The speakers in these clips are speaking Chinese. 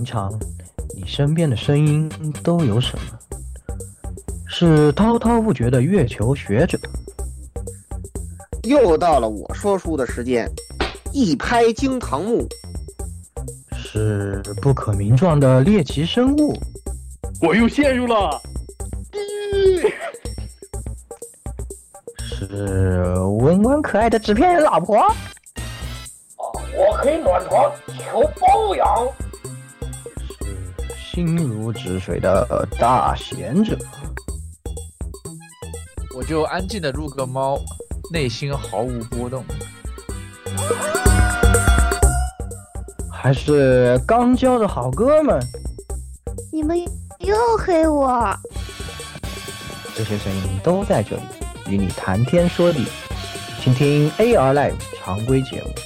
常，你身边的声音都有什么？是滔滔不绝的月球学者， 又到了我说书的时间，一拍惊堂木， 是不可名状的猎奇生物， 我又陷入了， 是温婉可爱的纸片人老婆， 我可以暖床求包养， 是心如止水的大贤者， 我就安静的入个猫，内心毫无波动。 还是刚交的好哥们， 你们又黑我， 这些声音都在这里与你谈天说地，请听 AR Live 常规节目。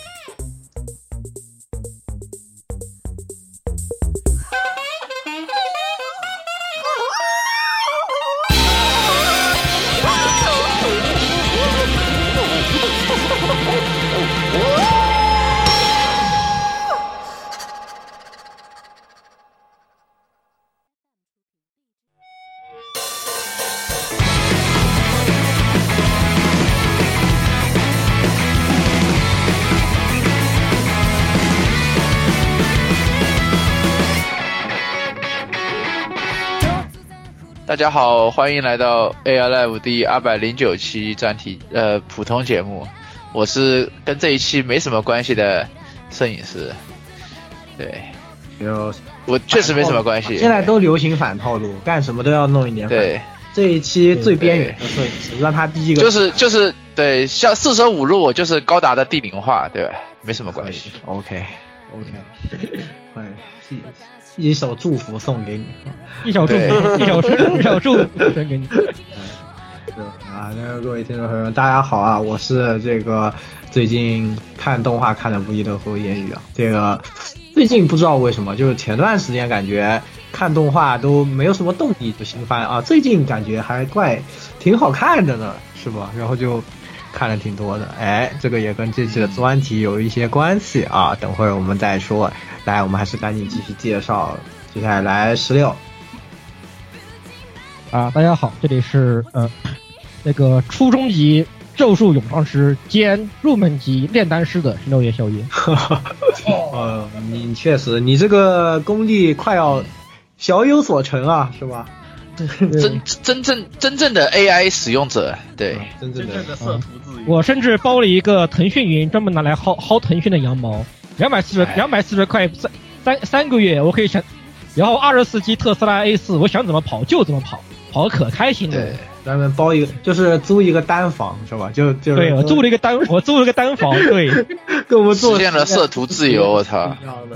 大家好，欢迎来到 AR Live 第209期专题普通节目，我是跟这一期没什么关系的摄影师。对，我确实没什么关系。 现在都流行反套路，干什么都要弄一点反。 对， 这一期最边缘的摄影师，让他第一个就是对，像四舍五入，我就是高达的地名化，对吧？没什么关系。 OK，一首祝福送给你， 一首祝福送给你。 那个各位听众朋友们，大家好啊！我是这个最近看动画看的不亦乐乎言语啊。这个最近不知道为什么，就是前段时间感觉看动画都没有什么动力就新番啊，最近感觉还挺好看的呢，是吧？然后就看了挺多的，这个也跟这期的专题有一些关系啊。等会儿我们再说。来，我们还是赶紧继续介绍。接下来来16 啊，大家好，这里是那个初中级咒术咏唱师兼入门级炼丹师的16月宵夜。 你确实，你这个功力快要小有所成啊，是吧？ 真正的 AI 使用者，对， 真正的色图自由。 我甚至包了一个腾讯云，专门拿来薅腾讯的羊毛，240块3个月，我可以想，然后24G 特斯拉 A4，我想怎么跑就怎么跑，跑得可开心了。 咱们包一个，就是租一个单房是吧？ 对，我租了一个单房，对， 跟我们做实现了色图自由，我操，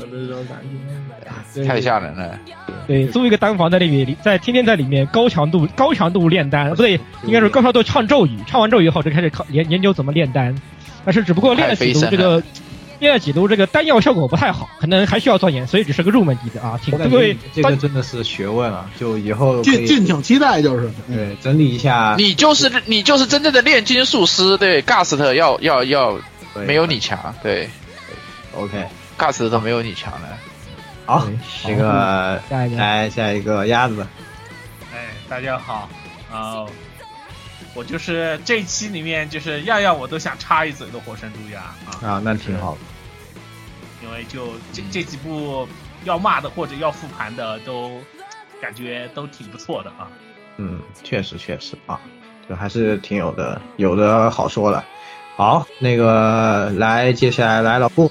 太吓人了。 对，租一个单房在那里，天天在里面高强度炼丹，不对，应该是高强度唱咒语，唱完咒语后就开始研究怎么炼丹，但是只不过练了几炉这个丹药效果不太好，可能还需要钻研，所以只是个入门级的啊。请各位， 这个真的是学问啊！就以后敬请期待，就是对整理一下。 你就是真正的炼金术师，对 ，Gast 要没有你强，对 ，OK，Gast 都没有你强了。 好，这个来下一个鸭子。 大家好我就是这一期里面就是样样我都想插一嘴的火神猪鸭啊，那挺好的。 因为就这几部要骂的或者要复盘的都感觉都挺不错的啊。 确实啊，就还是挺有的好说了。好，那个接下来来老顾。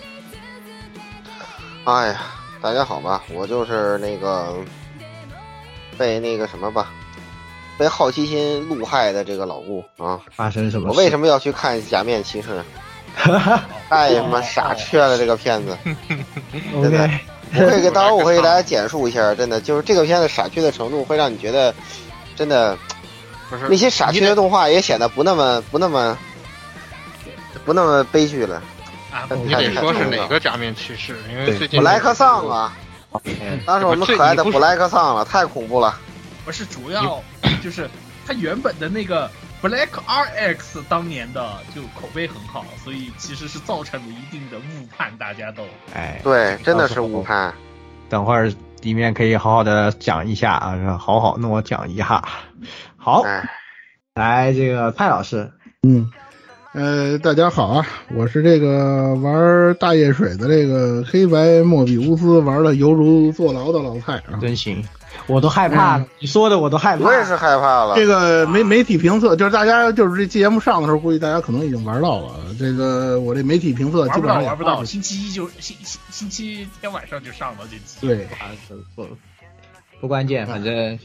哎呀，大家好吧，我就是那个被那个什么吧。被好奇心路害的这个老顾啊， 发生什么事？ 我为什么要去看《假面骑士》？太他妈傻缺了这个片子！真的，我可以给大家简述一下，真的就是这个片子傻缺的程度，会让你觉得真的，那些傻缺的动画也显得不那么悲剧了。 你得说是哪个假面骑士？因为最近布莱克桑啊，当时我们可爱的布莱克桑了，太恐怖了。 不是主要就是他原本的那个 Black RX 当年的就口碑很好，所以其实是造成了一定的误判，大家都对，真的是误判。 等会儿里面可以好好的讲一下啊，好好跟我讲一下。好，来这个蔡老师， 大家好啊，我是这个玩大夜水的这个黑白莫比乌斯玩的犹如坐牢的老蔡啊， 真行。我都害怕了，你说的我都害怕。 我也是害怕了。 这个媒体评测，就是大家就是这节目上的时候，估计大家可能已经玩到了。这个我这媒体评测基本上玩不到，星期一就星期天晚上就上了这期。 对， 不关键，反正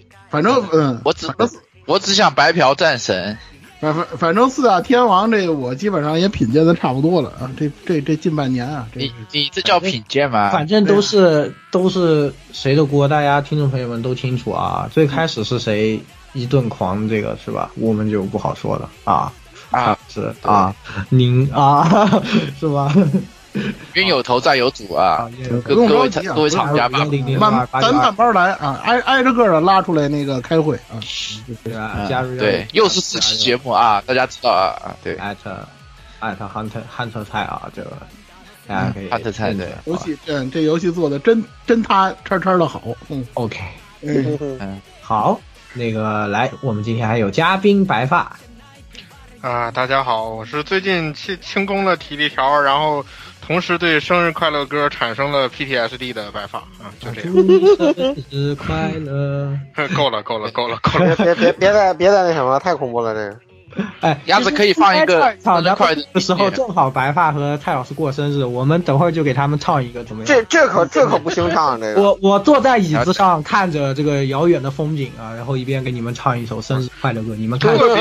我只想白嫖战神。 反正四大天王这个我基本上也品鉴的差不多了啊，这近半年啊， 你这叫品鉴吗？ 反正都是谁的锅，大家听众朋友们都清楚啊。最开始是谁一顿狂，这个是吧？我们就不好说了啊。是啊，您啊，是吧？ 冤有头债有主啊！各位厂家吧， 咱慢慢来啊，挨着个的拉出来那个开会啊， 对啊，加入对，又是4期节目啊，大家知道啊，对， 艾特 Hunter 菜啊，这个大家可以 Hunter 菜对， 游戏这游戏做的真他叉的好 ，OK， 好，那个来，我们今天还有嘉宾白发啊，大家好，我是最近清宫了体力条，然后同时对生日快乐歌产生了 PTSD 的白发啊，就这样。 生日快乐！ 够了！ 别再那什么，太恐怖了这个。 哎， 鸭子可以放一个唱的快的时候，正好白发和蔡老师过生日，我们等会儿就给他们唱一个，怎么样？ 这可不行唱这个。 我坐在椅子上看着这个遥远的风景啊，然后一边给你们唱一首生日快乐歌，你们看。 特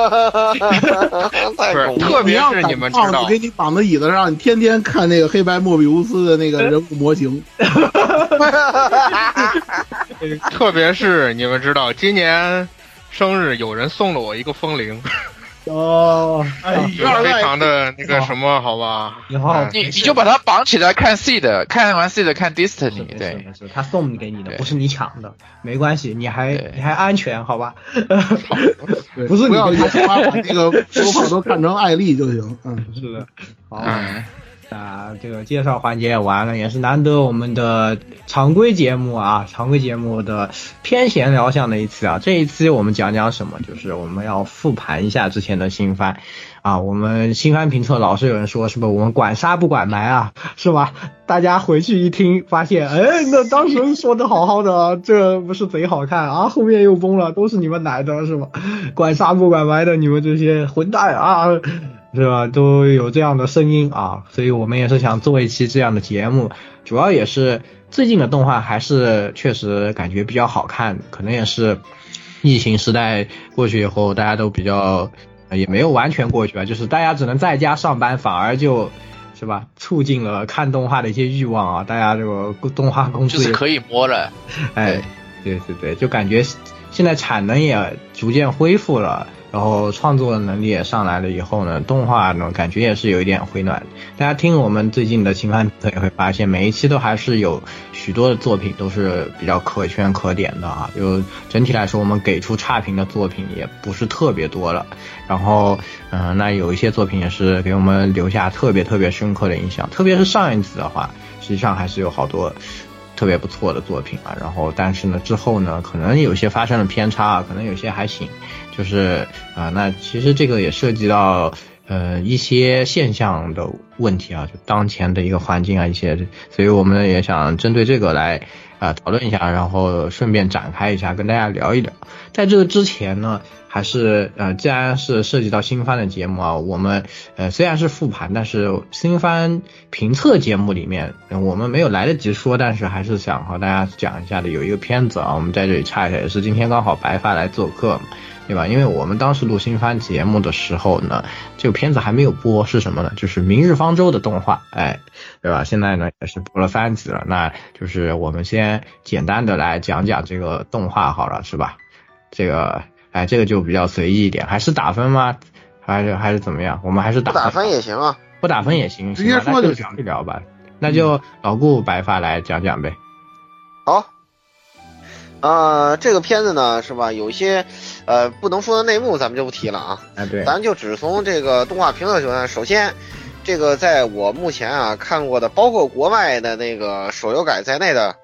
别是你们知道， 我给你绑在椅子上，你天天看那个黑白莫比乌斯的那个人物模型。 特别是你们知道，今年生日有人送了我一个风铃。 哦， 非常的那个什么，好吧？ 你就把它绑起来看 Seed， 看完 Seed 看 Destiny， 对， 他送给你的，不是你抢的，没关系，你还安全，好吧？ 不是你跟他说把这个手法都看成艾丽就行， 是的，好。这个介绍环节完了，也是难得我们的常规节目的偏闲聊向的一次啊。这一期我们讲什么？就是我们要复盘一下之前的新番啊。我们新番评测老是有人说，是不是我们管杀不管埋啊？是吧？大家回去一听，发现，那当时说的好好的啊，这不是贼好看啊，后面又崩了，都是你们来的，是吧？管杀不管埋的，你们这些混蛋啊！是吧？都有这样的声音啊，所以我们也是想做一期这样的节目，主要也是最近的动画还是确实感觉比较好看，可能也是疫情时代过去以后，大家都比较也没有完全过去吧，就是大家只能在家上班，反而就是吧，促进了看动画的一些欲望啊，大家这个动画公司就是可以摸了， 对，就感觉现在产能也逐渐恢复了。然后创作的能力也上来了以后呢，动画呢感觉也是有一点回暖。大家听我们最近的情番也会发现，每一期都还是有许多的作品都是比较可圈可点的啊。就整体来说，我们给出差评的作品也不是特别多了。然后那有一些作品也是给我们留下特别深刻的印象，特别是上一次的话，实际上还是有好多特别不错的作品啊。然后但是呢之后呢，可能有些发生了偏差啊，可能有些还行。就是那其实这个也涉及到一些现象的问题啊，就当前的一个环境啊一些，所以我们也想针对这个来讨论一下，然后顺便展开一下跟大家聊一聊。在这个之前呢，还是既然是涉及到新番的节目啊，我们虽然是复盘，但是新番评测节目里面我们没有来得及说，但是还是想和大家讲一下的。有一个片子啊，我们在这里插一下，也是今天刚好白发来做客嘛，对吧？因为我们当时录新番节目的时候呢，这个片子还没有播，是什么呢？就是《明日方舟》的动画，对吧？现在呢也是播了3集了，那就是我们先简单的来讲讲这个动画好了，是吧？这个就比较随意一点，还是打分吗？还是怎么样？我们还是不打分也行啊， 不打分也行， 直接说就讲一聊吧。那就老顾白发来讲讲呗。 好。这个片子呢是吧，有一些不能说的内幕咱们就不提了啊。 对， 咱就只从这个动画评测角度，首先这个在我目前看过的包括国外的那个手游改在内的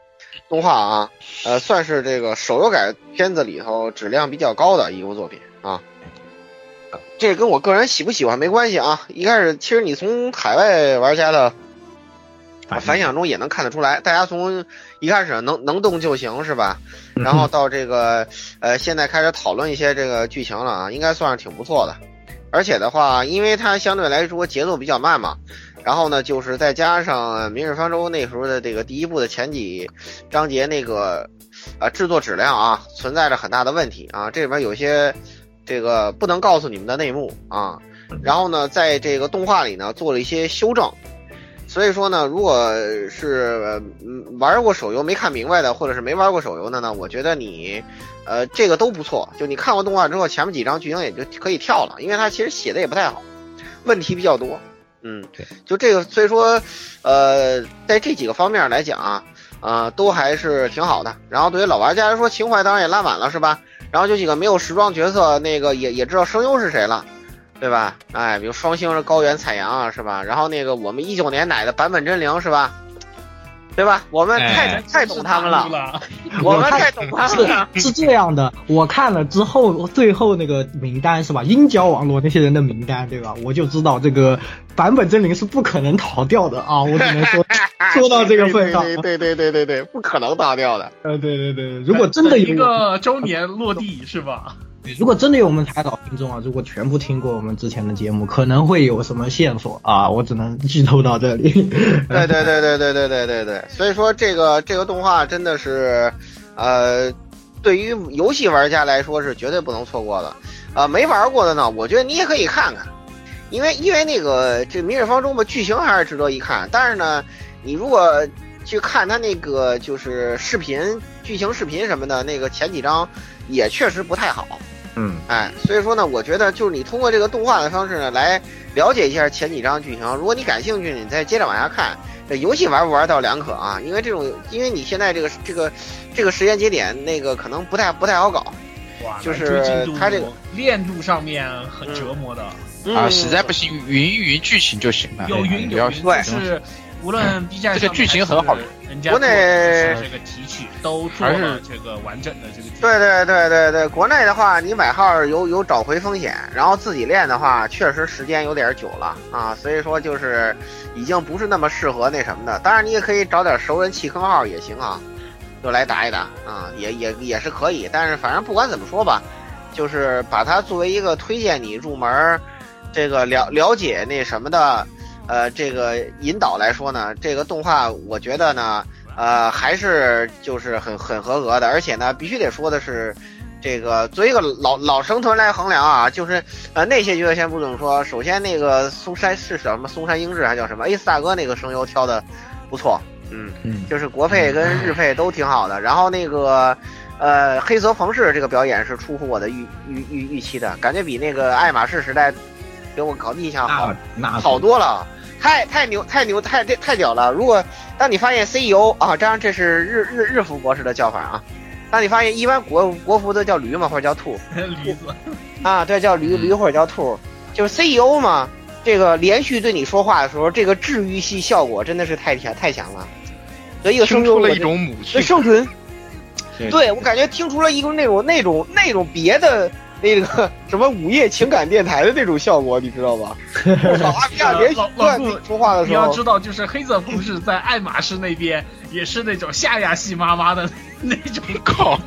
动画啊，算是这个手游改片子里头质量比较高的一部作品啊。这跟我个人喜不喜欢没关系啊。一开始其实你从海外玩家的反响中也能看得出来，大家从一开始能动就行是吧？然后到这个现在开始讨论一些这个剧情了啊，应该算是挺不错的。而且的话，因为它相对来说节奏比较慢嘛，然后呢就是再加上《明日方舟》那时候的这个第一部的前几章节那个制作质量啊存在着很大的问题啊，这里边有些这个不能告诉你们的内幕啊，然后呢在这个动画里呢做了一些修正。所以说呢，如果是玩过手游没看明白的，或者是没玩过手游的呢，我觉得你这个都不错。就你看过动画之后，前面几章剧情也就可以跳了，因为它其实写的也不太好，问题比较多。对，就这个，所以说在这几个方面来讲啊，都还是挺好的。然后对于老玩家来说，情怀当然也拉满了，是吧？然后就几个没有时装角色，那个也知道声优是谁了。对吧？哎，比如双星是高原彩阳啊，是吧？然后那个我们19年奶的坂本真绫是吧？对吧？我们太懂他们了，我们太懂他们了。 是这样的，我看了之后，最后那个名单是吧？鹰角网络那些人的名单，对吧？我就知道这个坂本真绫是不可能逃掉的啊！我只能说到这个份上， 对，不可能逃掉的。 对，如果真的有一个周年落地是吧？ 如果真的有我们台岛听众啊，如果全部听过我们之前的节目，可能会有什么线索啊，我只能剧透到这里。 对，所以说这个动画真的是对于游戏玩家来说是绝对不能错过的。没玩过的呢，我觉得你也可以看看，因为那个这明日方舟嘛，剧情还是值得一看。但是呢，你如果去看他那个就是视频剧情视频什么的，那个前几章也确实不太好。所以说呢，我觉得就是你通过这个动画的方式呢，来了解一下前几章剧情。如果你感兴趣，你再接着往下看。这游戏玩不玩倒两可啊，因为你现在这个时间节点那个可能不太好搞。 哇， 就是它这个链路上面很折磨的。 实在不行云剧情就行了。 有云就是无论 B 站这个剧情很好， 人家国内这个提取都做了这个完整的这个剧情。 对，国内的话，你买号有找回风险，然后自己练的话，确实时间有点久了啊，所以说就是已经不是那么适合那什么的。当然你也可以找点熟人弃坑号也行啊，就来打一打啊，也是可以。但是反正不管怎么说吧，就是把它作为一个推荐你入门这个了解那什么的。这个引导来说呢，这个动画我觉得呢，还是就是很合格的，而且呢，必须得说的是，这个作为一个老生团来衡量啊，就是那些角色先不怎么说，首先那个松山是什么松山英治还叫什么 A 四大哥那个声优挑的不错，就是国配跟日配都挺好的，然后那个黑泽冯氏这个表演是出乎我的预期的，感觉比那个爱马仕时代给我搞印象好多了。太牛太屌了！如果当你发现 CEO 啊，当然这是日服博士的叫法啊。当你发现一般国服的叫驴嘛，或者叫兔， 驴子啊，对，叫驴或者叫兔，就是 CEO 嘛。这个连续对你说话的时候，这个治愈系效果真的是太强了。所以一个声出了一种母性生存，对我感觉听出了一个那种别的。那个什么午夜情感电台的那种效果，你知道吧？老阿比亚连续断说话的时候， 你要知道，就是黑泽不是在爱马仕那边也是那种夏亚系妈妈的那种口，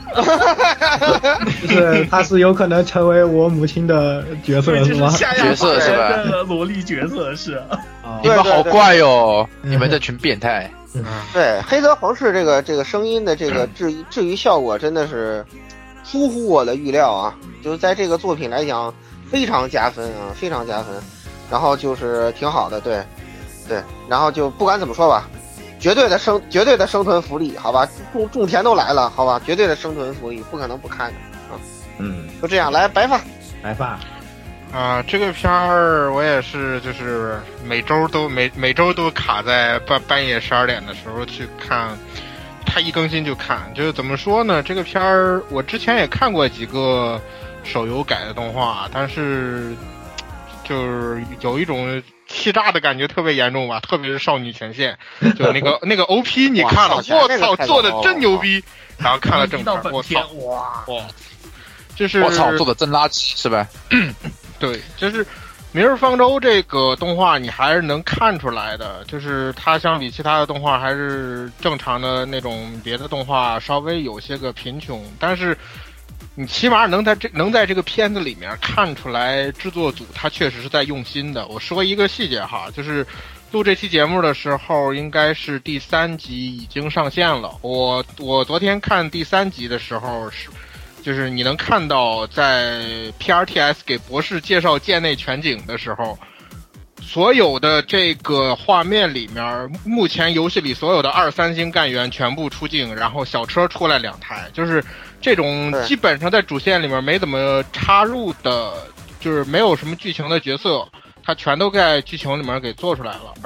就是他是有可能成为我母亲的角色是吗？ 角色是吧？ 萝莉角色是。 你们好怪哟！你们这群变态。 对，黑泽皇室这个声音的这个治愈效果真的是。出乎我的预料啊，就是在这个作品来讲非常加分啊，非常加分，然后就是挺好的，对，然后就不管怎么说吧，绝对的生存福利，好吧，种田都来了，好吧，绝对的生存福利，不可能不看的啊，就这样，来白发啊，这个片儿我也是，就是每周都卡在半夜12点的时候去看。它一更新就看，就是怎么说呢？这个片儿我之前也看过几个手游改的动画，但是就是有一种欺诈的感觉特别严重吧，特别是少女权限，就那个 OP 你看了，我操，做的真牛逼，然后看了正片，我操，哇，就是我操，做的真垃圾是吧？ 对，就是《明日方舟》这个动画你还是能看出来的，就是它相比其他的动画还是正常的那种别的动画稍微有些个贫穷，但是你起码能在这个片子里面看出来制作组他确实是在用心的。我说一个细节哈，就是录这期节目的时候应该是第3集已经上线了，我昨天看第3集的时候就是你能看到在 PRTS 给博士介绍舰内全景的时候，所有的这个画面里面，目前游戏里所有的2、3星干员全部出镜，然后小车出来2台，就是这种基本上在主线里面没怎么插入的，就是没有什么剧情的角色，它全都在剧情里面给做出来了，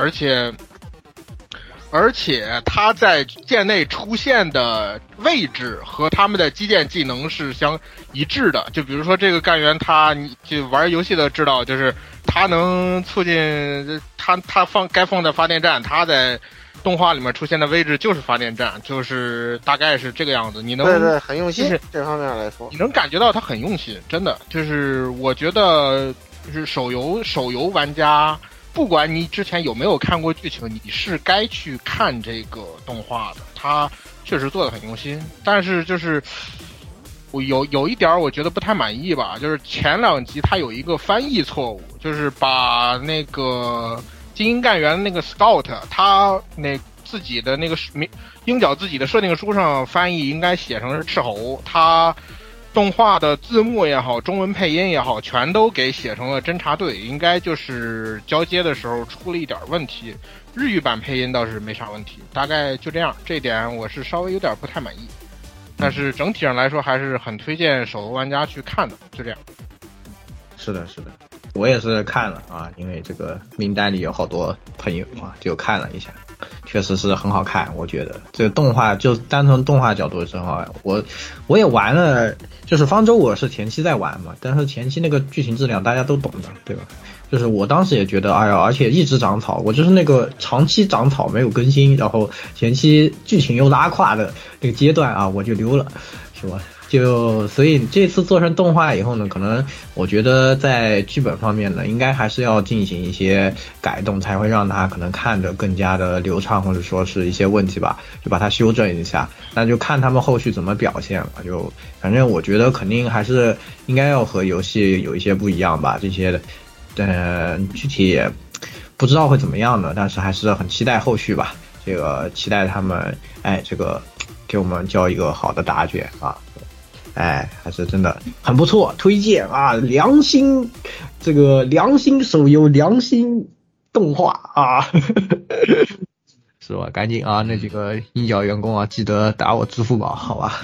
而且他在舰内出现的位置和他们的基建技能是相一致的。就比如说这个干员你就玩游戏的知道，就是他能促进他该放在发电站，他在动画里面出现的位置就是发电站，就是大概是这个样子。你能对很用心，这方面来说， 你能感觉到他很用心，真的。就是我觉得就是手游玩家。不管你之前有没有看过剧情，你是该去看这个动画的，他确实做得很用心。但是就是我有一点我觉得不太满意吧，就是前2集他有一个翻译错误，就是把那个精英干员那个 Scout 他那自己的那个鹰角自己的设定书上翻译应该写成是赤猴，他动画的字幕也好，中文配音也好，全都给写成了侦察队，应该就是交接的时候出了一点问题。日语版配音倒是没啥问题，大概就这样，这点我是稍微有点不太满意。但是整体上来说还是很推荐手游玩家去看的，就这样。 是的，我也是看了啊，因为这个名单里有好多朋友啊，就看了一下。确实是很好看，我觉得这个动画就单从动画角度是很好看。我也玩了，就是方舟我是前期在玩嘛，但是前期那个剧情质量大家都懂的，对吧？就是我当时也觉得，哎呀，而且一直长草，我就是那个长期长草没有更新，然后前期剧情又拉胯的那个阶段啊，我就溜了，是吧？所以这次做成动画以后呢，可能我觉得在剧本方面呢，应该还是要进行一些改动，才会让它可能看着更加的流畅，或者说是一些问题吧，就把它修正一下。那就看他们后续怎么表现了。就反正我觉得肯定还是应该要和游戏有一些不一样吧，这些具体也不知道会怎么样的，但是还是很期待后续吧。这个期待他们这个给我们交一个好的答卷啊。还是真的很不错，推荐啊！良心手游，良心动画啊，是吧？赶紧啊，那几个鹰角员工啊，记得打我支付宝，好吧？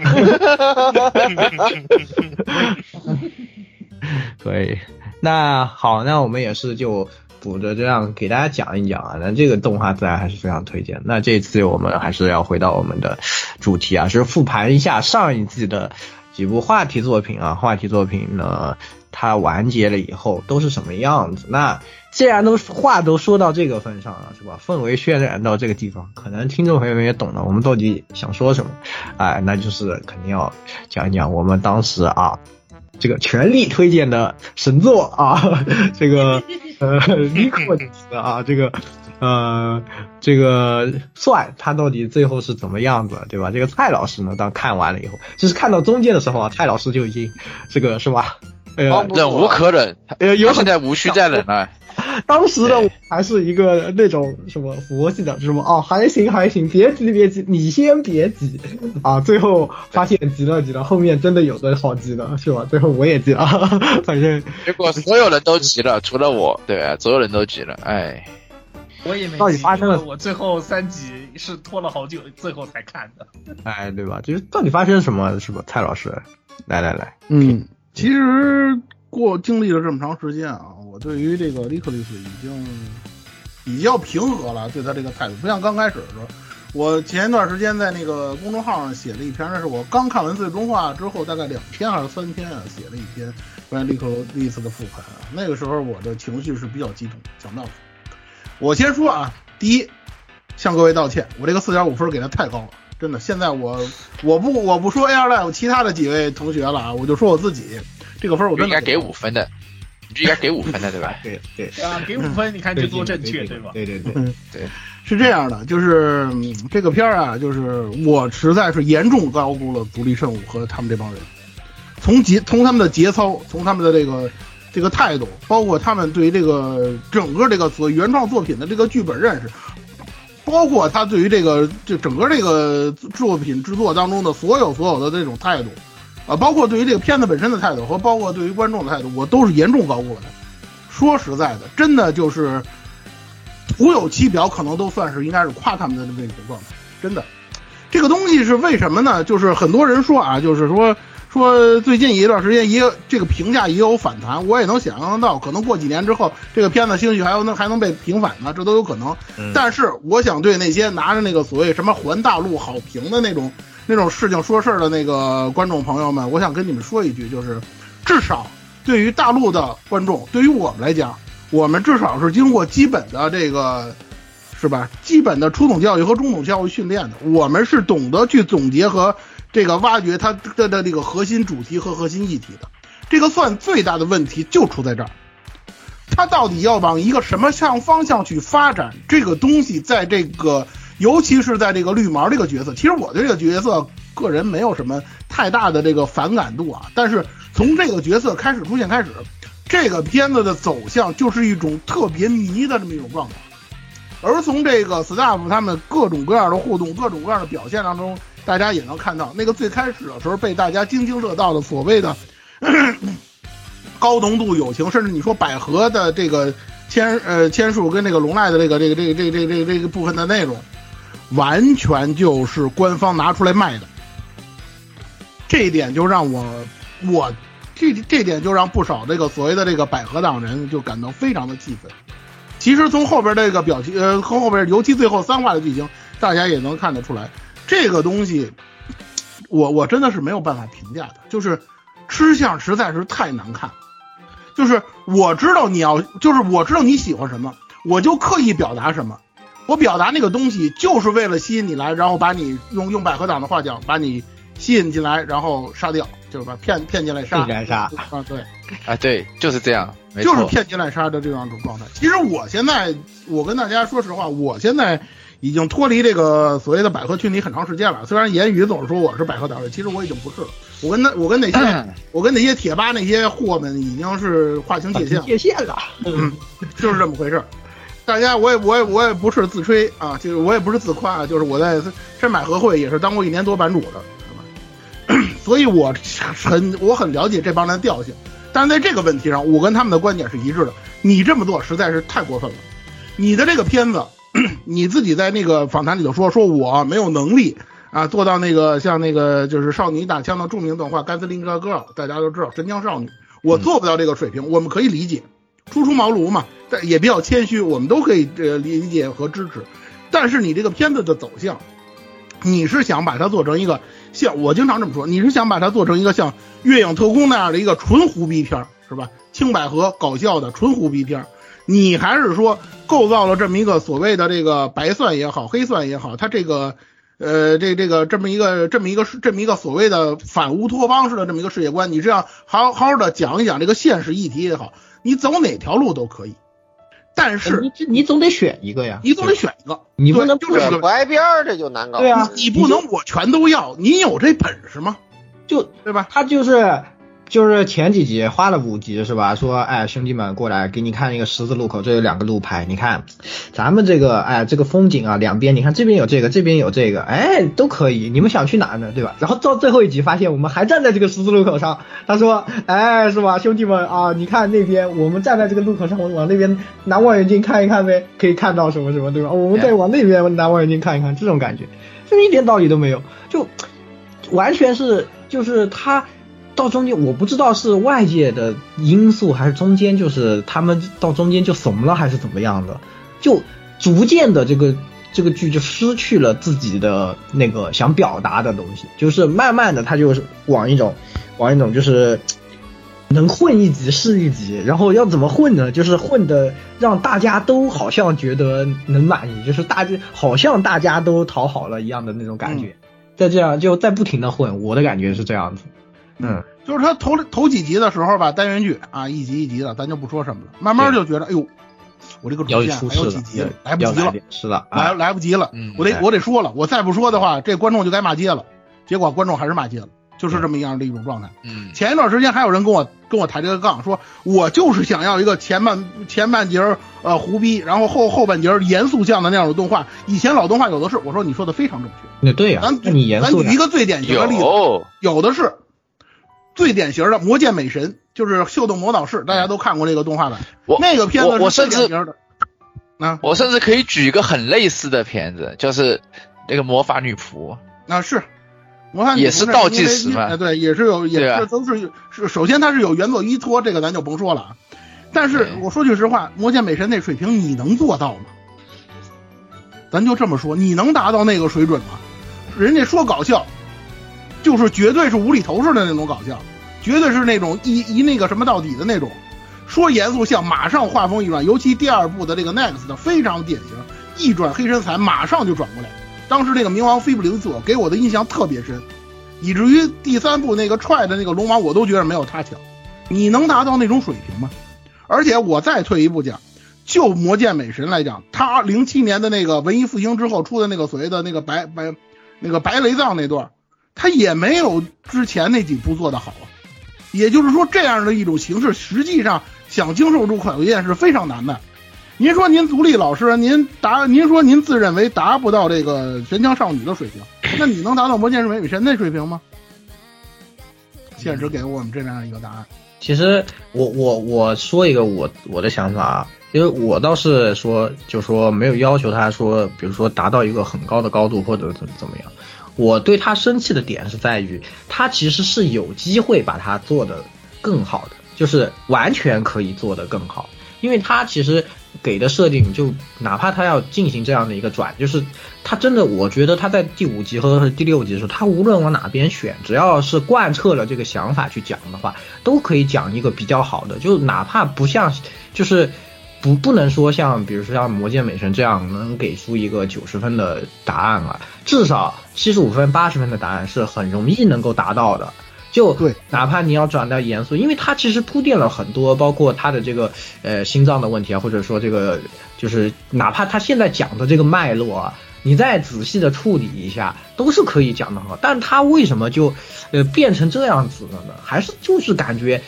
可以，那好，那我们也是就补着这样给大家讲一讲啊，那这个动画自然还是非常推荐。那这一次我们还是要回到我们的主题啊，是复盘一下上一季的几部话题作品啊。话题作品呢，它完结了以后都是什么样子？那既然话都说到这个份上了，是吧？氛围渲染到这个地方，可能听众朋友们也懂了我们到底想说什么。那就是肯定要讲一讲我们当时啊这个全力推荐的神作啊，这个尼克啊，这个算他到底最后是怎么样子，对吧？这个蔡老师呢，当看完了以后，就是看到中间的时候啊，蔡老师就已经这个是吧？ 忍无可忍，现在无需再忍了。 当时的我还是一个那种什么佛系的，什么还行，别急，你先别急啊！最后发现急了，后面真的有的好急的，是吧？最后我也急了，反正结果所有人都急了，除了我，对吧？所有人都急了， 我也没急， 到底发生了？ 我最后3集是拖了好久，最后才看的。 对吧？就是到底发生什么，是吧？蔡老师，来， 其实经历了这么长时间啊，我对于这个利克利斯已经比较平和了，对他这个态度，不像刚开始的时候， 我前一段时间在那个公众号上写了一篇，那是我刚看完最终话之后大概2天还是3天啊，写了一篇关于利克罗利斯的复盘啊。那个时候我的情绪是比较激动，讲道理。我先说啊，第一，向各位道歉，我这个 4.5 分给的太高了，真的。现在我不说 AR Live 其他的几位同学了啊，我就说我自己，这个分我真的应该给5分的。你就应该给5分的，对吧？ 对对啊，给5分，你看就多正确，对吧？ 对对对对， 是这样的，就是这个片儿啊，就是我实在是严重高估了足利圣武和他们这帮人，从他们的节操，从他们的这个态度，包括他们对于这个整个这个所谓原创作品的这个剧本认识，包括他对于就整个这个作品制作当中的所有的这种态度。包括对于这个片子本身的态度和包括对于观众的态度，我都是严重高估了的。说实在的，真的就是徒有其表，可能都算是应该是夸他们的那种状态。真的，这个东西是为什么呢？就是很多人说啊，就是说最近一段时间这个评价也有反弹，我也能想象到，可能过几年之后，这个片子兴许还能被平反呢，这都有可能。但是我想对那些拿着那个所谓什么环大陆好评的那种事情说事儿的那个观众朋友们，我想跟你们说一句，就是至少对于大陆的观众，对于我们来讲，我们至少是经过基本的这个是吧，基本的初等教育和中等教育训练的，我们是懂得去总结和这个挖掘它的这个核心主题和核心议题的。这个算最大的问题就出在这儿，它到底要往一个什么方向去发展？这个东西在这个尤其是在这个绿毛这个角色，其实我对这个角色个人没有什么太大的这个反感度啊，但是从这个角色开始出现开始，这个片子的走向就是一种特别迷的这么一种状态。而从这个 staff 他们各种各样的互动、各种各样的表现当中，大家也能看到，那个最开始的时候被大家津津乐道的所谓的高浓度友情，甚至你说百合的这个签署跟这个龙奈的这个部分的内容，完全就是官方拿出来卖的。这一点就让这点就让不少这个所谓的这个百合党人就感到非常的气愤。其实从后边这个表情后边尤其最后3话的剧情，大家也能看得出来，这个东西我真的是没有办法评价的，就是吃相实在是太难看。就是我知道你喜欢什么，我就刻意表达什么，我表达那个东西就是为了吸引你来，然后把你用百合党的话讲，把你吸引进来，然后杀掉，就是把骗进来杀啊，对啊，对，就是这样， 就是骗进来杀的这样一种状态。其实我跟大家说实话，我现在已经脱离这个所谓的百合群体很长时间了。虽然言语总是说我是百合党人，其实我已经不是了。我跟那些贴吧那些货们已经是划清界限了，就是这么回事。大家我也不是自吹啊，就是我也不是自夸，就是我在深百合会也是当过1年多版主的，所以我很了解这帮人的调性。但是在这个问题上，我跟他们的观点是一致的。你这么做实在是太过分了。你的这个片子，你自己在那个访谈里头说我没有能力啊做到那个像那个就是少女打枪的著名动画《甘斯林格 girl》，大家都知道真枪少女，我做不到这个水平，我们可以理解，初出茅庐嘛，但也比较谦虚，我们都可以理解和支持。但是你这个片子的走向，你是想把它做成一个像我经常这么说，你是想把它做成一个像《月影特工》那样的一个纯胡逼片，是吧？青百合搞笑的纯胡逼片，你还是说构造了这么一个所谓的这个白蒜也好，黑蒜也好，它这个这么一个所谓的反乌托邦式的这么一个世界观，你这样好好的讲一讲这个现实议题也好，你走哪条路都可以。但是你总得选一个呀， 你总得选一个， 你不能就是不挨边儿，这就难搞。 对啊， 你不能我全都要，你有这本事吗？ 就对吧？ 他就是前几集花了5集是吧？说哎兄弟们过来给你看一个十字路口，这有2个路牌，你看咱们这个这个风景啊，两边你看这边有这个，这边有这个，哎都可以，你们想去哪呢？对吧？然后到最后一集发现我们还站在这个十字路口上，他说哎是吧兄弟们啊，你看那边我们站在这个路口上，我们往那边拿望远镜看一看呗，可以看到什么什么对吧？我们再往那边拿望远镜看一看，这种感觉这一点道理都没有，就完全是就是他到中间我不知道是外界的因素还是中间就是他们到中间就怂了还是怎么样的，就逐渐的这个这个剧就失去了自己的那个想表达的东西，就是慢慢的他就是往一种就是能混一集是一集，然后要怎么混呢？就是混的让大家都好像觉得能满意，就是好像大家都讨好了一样的那种感觉。再这样就再不停的混，我的感觉是这样子。 就是他头几集的时候吧，单元剧啊，一集一集的，咱就不说什么了。慢慢就觉得，哎呦，我这个主线还有几集，来不及了， 是的， 来不及了，我得说了，我再不说的话，这观众就该骂街了。结果观众还是骂街了，就是这么样的一种状态。前一段时间还有人跟我抬这个杠，说我就是想要一个前半截胡逼，然后后半截严肃向的那样的动画。以前老动画有的是，我说你说的非常正确。 那对呀，你严肃。 咱举一个最典型的例子，有的是。最典型的《魔剑美神》就是《秀逗魔导士》，大家都看过这个动画版。那个片子是最典型的。 我甚至可以举一个很类似的片子，就是那个魔法女仆。 是魔法女仆也是倒计时嘛？ 对，也是都是首先它是有原作依托，这个咱就甭说了啊。但是我说句实话，《魔剑美神》那水平你能做到吗？咱就这么说，你能达到那个水准吗？人家说搞笑。就是绝对是无厘头式的那种搞笑，绝对是那种一那个什么到底的那种。说严肃像马上画风一转，尤其第2部的这个 Next 非常典型，一转黑身材马上就转过来。当时那个冥王菲布林佐给我的印象特别深，以至于第3部那个踹的那个龙王我都觉得没有他强。你能达到那种水平吗？而且我再退一步讲，就魔剑美神来讲，他07年的那个文艺复兴之后出的那个所谓的那个白雷藏那段，他也没有之前那几部做得好啊。也就是说，这样的一种形式，实际上想经受住考验是非常难的。您说您足利老师，您说您自认为达不到这个玄枪少女的水平，那你能达到魔剑美神那水平吗？现实给我们这样一个答案。 其实我说一个我的想法啊，因为我倒是说，就说没有要求他说，比如说达到一个很高的高度或者怎么样。我对他生气的点是在于，他其实是有机会把它做得更好的，就是完全可以做得更好。因为他其实给的设定，就哪怕他要进行这样的一个转，就是他真的，我觉得他在第5集和第6集的时候，他无论往哪边选，只要是贯彻了这个想法去讲的话，都可以讲一个比较好的。就哪怕不像，就是不能说像比如说像魔剑美神这样能给出一个90分的答案啊，至少75分80分的答案是很容易能够达到的。就对， 哪怕你要转到严肃，因为它其实铺垫了很多，包括它的这个心脏的问题啊，或者说这个就是哪怕他现在讲的这个脉络啊，你再仔细的处理一下，都是可以讲得好。但他为什么就变成这样子了呢？还是就是感觉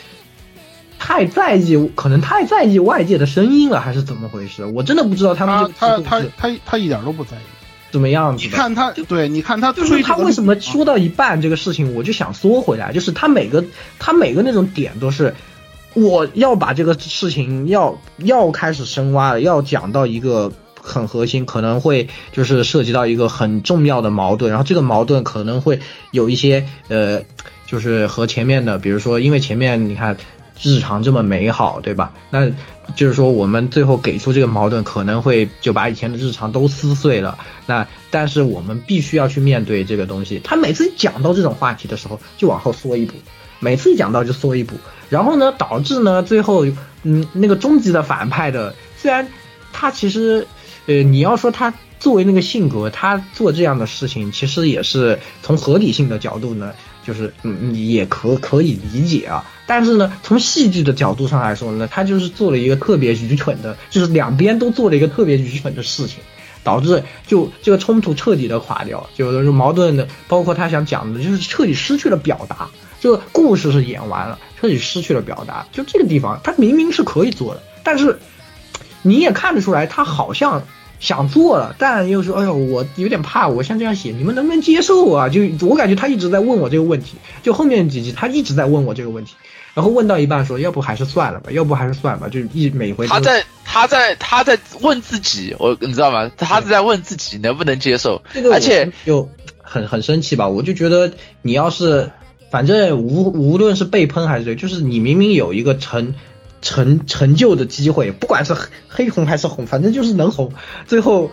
可能太在意外界的声音了，还是怎么回事？我真的不知道他们他一点都不在意。 怎么样子？ 你看他，对，你看他， 就是他为什么说到一半这个事情，我就想缩回来，就是他每个那种点都是，我要把这个事情要开始深挖了，要讲到一个很核心，可能会就是涉及到一个很重要的矛盾，然后这个矛盾可能会有一些就是和前面的，比如说因为前面你看日常这么美好，对吧？那就是说我们最后给出这个矛盾，可能会就把以前的日常都撕碎了。那但是我们必须要去面对这个东西。他每次讲到这种话题的时候，就往后缩一步，每次一讲到就缩一步，然后呢，导致呢最后那个终极的反派的，虽然他其实你要说他作为那个性格，他做这样的事情，其实也是从合理性的角度呢，就是也可以理解啊。但是呢，从戏剧的角度上来说呢，他就是做了一个特别愚蠢的，就是两边都做了一个特别愚蠢的事情，导致就这个冲突彻底的垮掉，就是矛盾的，包括他想讲的，就是彻底失去了表达。这个故事是演完了，彻底失去了表达。就这个地方，他明明是可以做的，但是你也看得出来，他好像想做了，但又说，哎呦，我有点怕，我像这样写，你们能不能接受啊？就我感觉他一直在问我这个问题，就后面几集他一直在问我这个问题，然后问到一半说，要不还是算了吧，就每回他在问自己，你知道吗？他是在问自己能不能接受， 这个而且就很生气吧。我就觉得你要是反正无论是被喷还是就是你明明有一个成就的机会，不管是黑红还是红，反正就是能红，最后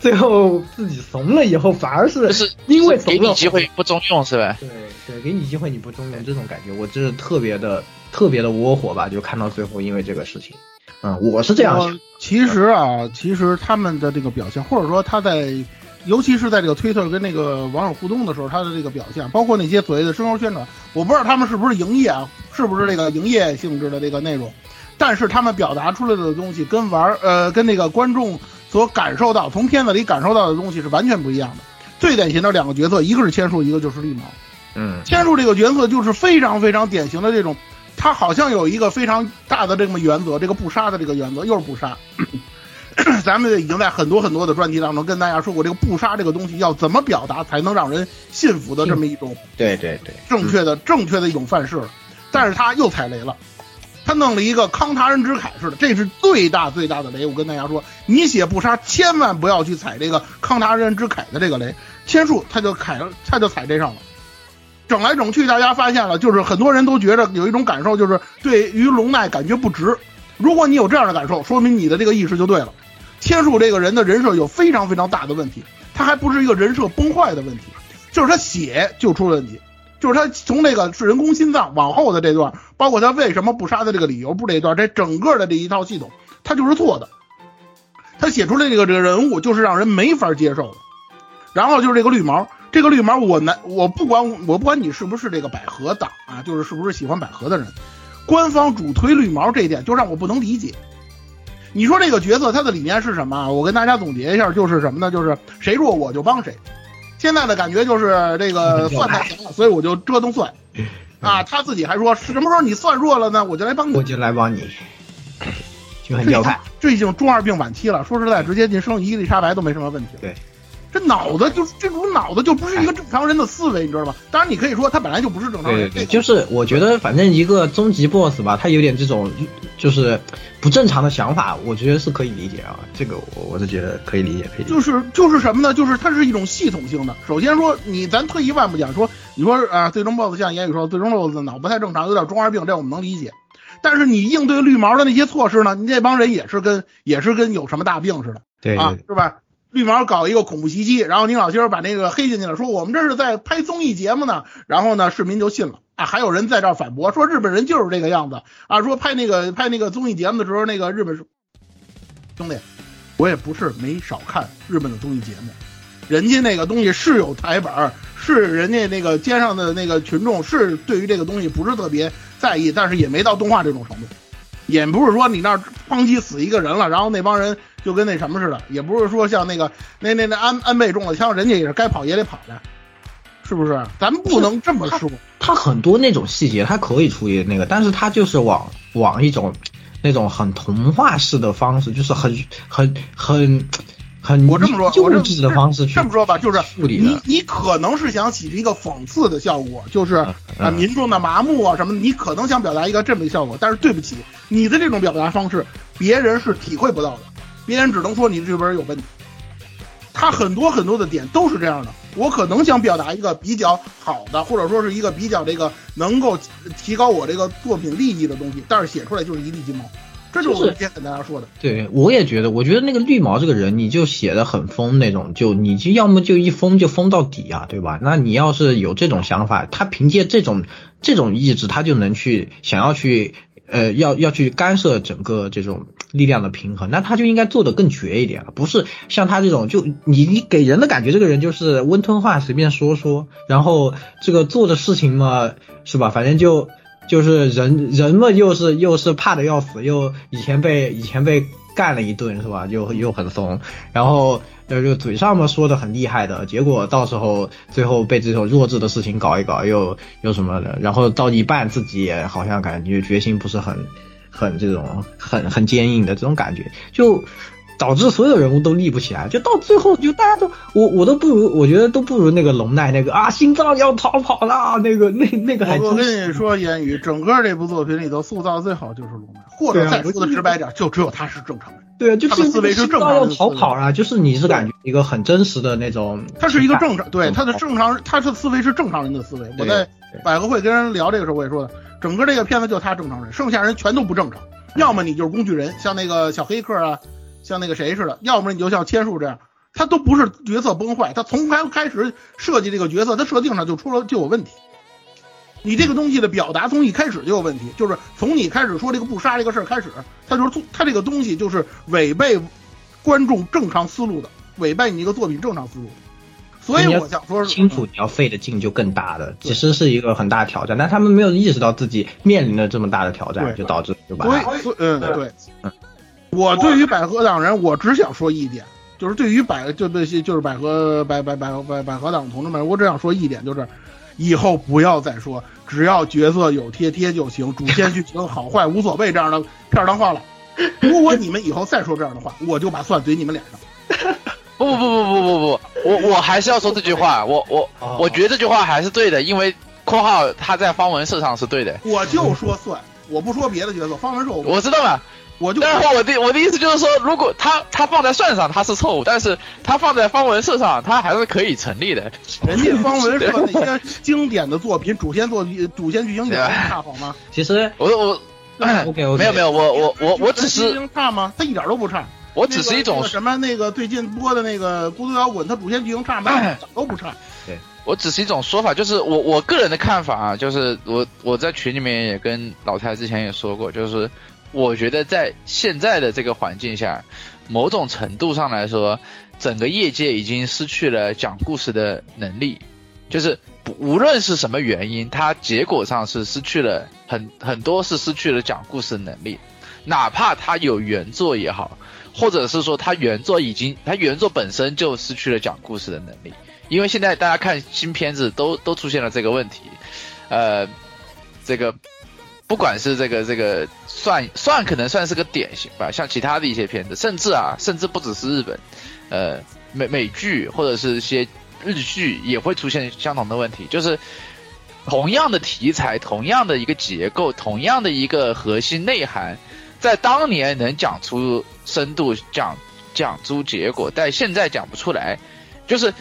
最后自己怂了以后，反而是因为怂了给你机会不中用是吧？ 对，给你机会你不中用，这种感觉我真是特别的窝火吧，就看到最后因为这个事情，我是这样想。 其实他们的这个表现，或者说他在，尤其是在这个推特跟那个网友互动的时候，他的这个表现，包括那些所谓的声优宣传，我不知道他们是不是营业啊，是不是这个营业性质的这个内容，但是他们表达出来的东西跟跟那个观众所感受到，从片子里感受到的东西是完全不一样的。最典型的两个角色，一个是千树，一个就是绿毛。千树这个角色就是非常非常典型的这种，他好像有一个非常大的这么原则，这个不杀的这个原则，又是不杀。咱们已经在很多很多的专题当中跟大家说过，这个不杀这个东西要怎么表达才能让人信服的这么一种， 对， 正确的一种范式。但是他又踩雷了，他弄了一个康达人之铠似的，这是最大的雷。我跟大家说，你写不杀千万不要去踩这个康达人之铠的这个雷。千树他就踩这上了，整来整去大家发现了，就是很多人都觉得有一种感受，就是对于龙奈感觉不值。如果你有这样的感受，说明你的这个意识就对了。千树这个人的人设有非常非常大的问题，他还不是一个人设崩坏的问题，就是他写就出了问题，就是他从那个是人工心脏往后的这段，包括他为什么不杀的这个理由，不这一段，这整个的这一套系统他就是错的，他写出来这个人物就是让人没法接受的。然后就是这个绿毛，我不管你是不是这个百合党啊，就是是不是喜欢百合的人，官方主推绿毛这一点就让我不能理解。你说这个角色他的理念是什么？我跟大家总结一下，就是什么呢？就是谁弱我就帮谁。现在的感觉就是这个算太强了，所以我就折腾算啊。他自己还说什么时候你算弱了呢，我就来帮你，就很调侃。这已经中二病晚期了，说实在，直接进生伊丽莎白都没什么问题。 对。 这种脑子就不是一个正常人的思维，你知道吗？当然你可以说他本来就不是正常人。 对，就是我觉得反正一个终极 BOSS 吧，他有点这种就是不正常的想法，我觉得是可以理解啊。这个我是觉得可以理解， 就是什么呢？就是它是一种系统性的。首先说咱退一万步讲，说你说最终 BOSS 像言语说最终 BOSS 脑不太正常，有点中二病，这我们能理解。但是你应对绿毛的那些措施呢，你这帮人也是跟有什么大病似的， 对啊，是吧？绿毛搞一个恐怖袭击，然后宁老师把那个黑进去了，说我们这是在拍综艺节目呢，然后呢市民就信了啊，还有人在这儿反驳说日本人就是这个样子啊，说拍那个综艺节目的时候，那个日本兄弟，我也不是没少看日本的综艺节目，人家那个东西是有台本，是人家那个街上的那个群众是对于这个东西不是特别在意，但是也没到动画这种程度，也不是说你那儿哐叽死一个人了，然后那帮人就跟那什么似的，也不是说像那个那安倍中了枪，人家也是该跑也得跑的，是不是？咱们不能这么说。 他很多那种细节他可以处理那个，但是他就是往一种那种很童话式的方式，就是很我这么说， 幼稚的方式去这么说吧，就是处理的。 你可能是想起一个讽刺的效果，就是民众的麻木啊什么的，你可能想表达一个这么一个效果，但是对不起，你的这种表达方式，别人是体会不到的，别人只能说你这边有问题。他很多很多的点都是这样的，我可能想表达一个比较好的，或者说是一个比较这个能够提高我这个作品利益的东西，但是写出来就是一地鸡毛。这就是我今天跟大家说的。 对，我也觉得，我觉得那个绿毛这个人，你就写的很疯那种，你就要么就一疯就疯到底啊，对吧？那你要是有这种想法，他凭借这种意志，他就能想要去要去干涉整个这种力量的平衡，那他就应该做得更绝一点了，不是像他这种就你给人的感觉，这个人就是温吞话随便说，然后这个做的事情嘛，是吧？反正就是人嘛，又是怕的要死，又以前被干了一顿，是吧？又很怂，然后就嘴上嘛说的很厉害的，结果到时候最后被这种弱智的事情搞一搞，又什么的，然后到一半自己也好像感觉决心不是很这种很坚硬的这种感觉，就导致所有人物都立不起来，就到最后就大家都我都不如，我觉得都不如那个龙奈那个啊，心脏要逃跑了，那个还真是。 我跟你说，言语整个这部作品里头塑造最好就是龙奈，或者再说的直白点，就只有他是正常人。 对啊，就他的思维是正常人， 要逃跑啊，就是你是感觉一个很真实的那种。 他是一个正常，对他的思维是正常人的思维。我在百合会跟人聊这个时候，我也说的，整个这个片子就他正常人，剩下人全都不正常。要么你就是工具人，像那个小黑客啊。像那个谁似的，要不然你就像千树这样， 他都不是角色崩坏，他从开始设计这个角色，他设定上就有问题。你这个东西的表达从一开始就有问题，就是从你开始说这个不杀这个事儿开始，他这个东西就是违背观众正常思路的，违背你一个作品正常思路。所以我想说， 清楚你要费的劲就更大的，其实是一个很大的挑战，但他们没有意识到自己面临了这么大的挑战，就导致就把对。我对于百合党人，我只想说一点，就是对于百合党同志们，我只想说一点，就是以后不要再说只要角色有贴就行，主线剧情好坏无所谓这样的片儿当话了。如果你们以后再说这样的话，我就把蒜怼你们脸上。 不，我还是要说这句话，我觉得这句话还是对的，因为括号他在方文社上是对的。 我就说蒜，我不说别的角色，方文社我知道嘛。但是我的意思就是说，如果他放在蒜上他是错误，但是他放在方文社上他还是可以成立的。 人家方文社那些经典的作品，主线剧情也差好吗？ 其实我没有，我只是差吗？他一点都不差。 我只是一种什么那个最近播的那个孤独摇滚，它主线剧情差吗？一点都不差。 对， 我只是一种说法，就是我个人的看法啊，就是我在群里面也跟老太之前也说过，就是我觉得在现在的这个环境下，某种程度上来说，整个业界已经失去了讲故事的能力，就是无论是什么原因，它结果上是失去了很多是失去了讲故事的能力，哪怕它有原作也好。或者是说他原作本身就失去了讲故事的能力，因为现在大家看新片子都出现了这个问题，这个不管是这个算可能算是个典型吧，像其他的一些片子，甚至不只是日本，美剧或者是一些日剧也会出现相同的问题，就是同样的题材，同样的一个结构，同样的一个核心内涵。在当年能讲出深度，讲出结果，但现在讲不出来，就是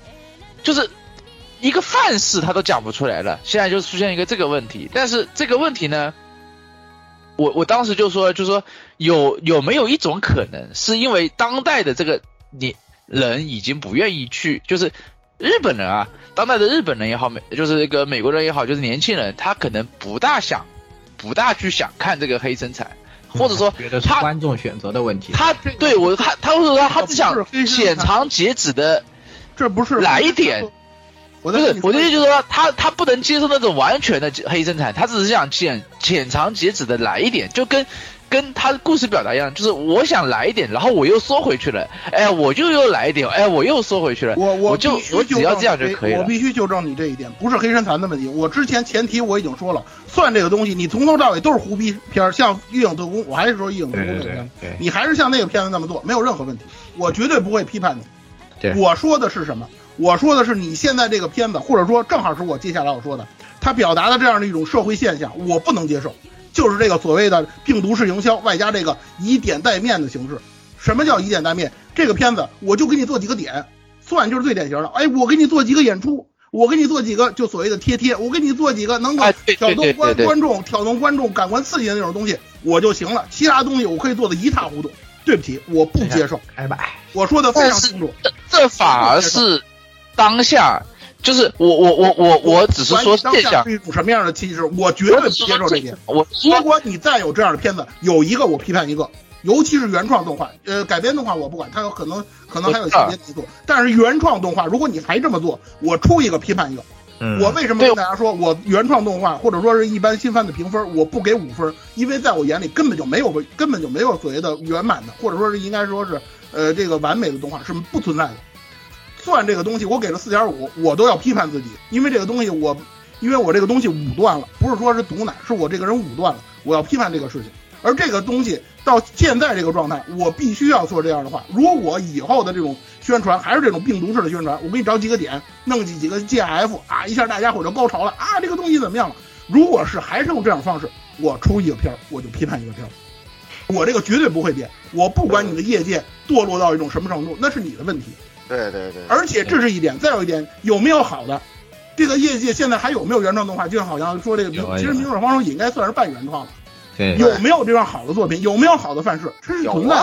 一个范式他都讲不出来了，现在就出现一个这个问题。但是这个问题呢，我当时就说有没有一种可能是因为当代的这个人已经不愿意去，就是日本人啊，当代的日本人也好，就是这个美国人也好，就是年轻人他可能不大去想看这个黑生产。或者说觉得是观众选择的问题， 他对我他或者说他只想浅尝辄止的， 这不是来一点，我的意思就是说他不能接受那种完全的黑生产，他只是想浅尝辄止的来一点，就跟他的故事表达一样，就是我想来一点，然后我又缩回去了，哎，我就又来一点，哎，我又缩回去了，我只要这样就可以了。 我必须纠正你这一点，不是黑身残的问题。我之前前提我已经说了，算这个东西，你从头到尾都是胡逼片，像《御影特工》，我还是说《御影特工》那个片，你还是像那个片子那么做，没有任何问题，我绝对不会批判你。 对， 我说的是什么？我说的是你现在这个片子，或者说正好是我接下来要说的，它表达的这样的一种社会现象，我不能接受。就是这个所谓的病毒式营销，外加这个以点带面的形式。什么叫以点带面？这个片子我就给你做几个点，算就是最典型的。哎，我给你做几个演出，我给你做几个就所谓的贴，我给你做几个能够挑动观众感官刺激的那种东西，我就行了。其他东西我可以做的一塌糊涂。对不起，我不接受。 开摆， 我说的非常清楚。 这反而是当下。就是我只是说现象是一种什么样的气质，我绝对不接受这点。如果你再有这样的片子，有一个我批判一个，尤其是原创动画，改编动画我不管，它有可能还有情节提速，但是原创动画，如果你还这么做，我出一个批判一个。我为什么跟大家说我原创动画或者说是一般新番的评分我不给5分，因为在我眼里根本就没有所谓的圆满的，或者说是应该说是这个完美的动画是不存在的。算这个东西我给了4.5，我都要批判自己，因为这个东西因为我这个东西武断了，不是说是毒奶，是我这个人武断了，我要批判这个事情。而这个东西到现在这个状态，我必须要说这样的话。如果以后的这种宣传还是这种病毒式的宣传，我给你找几个点，弄几个 GIF 啊，一下大家伙就高潮了啊，这个东西怎么样了？如果是还是用这种方式，我出一个片我就批判一个片，我这个绝对不会变。我不管你的业界堕落到一种什么程度，那是你的问题。 对对对， 而且这是一点，再有一点，有没有好的？这个业界现在还有没有原创动画？就好像说这个，其实《明日方舟》应该算是半原创了。 对， 有没有这样好的作品？有没有好的范式？这是存在的。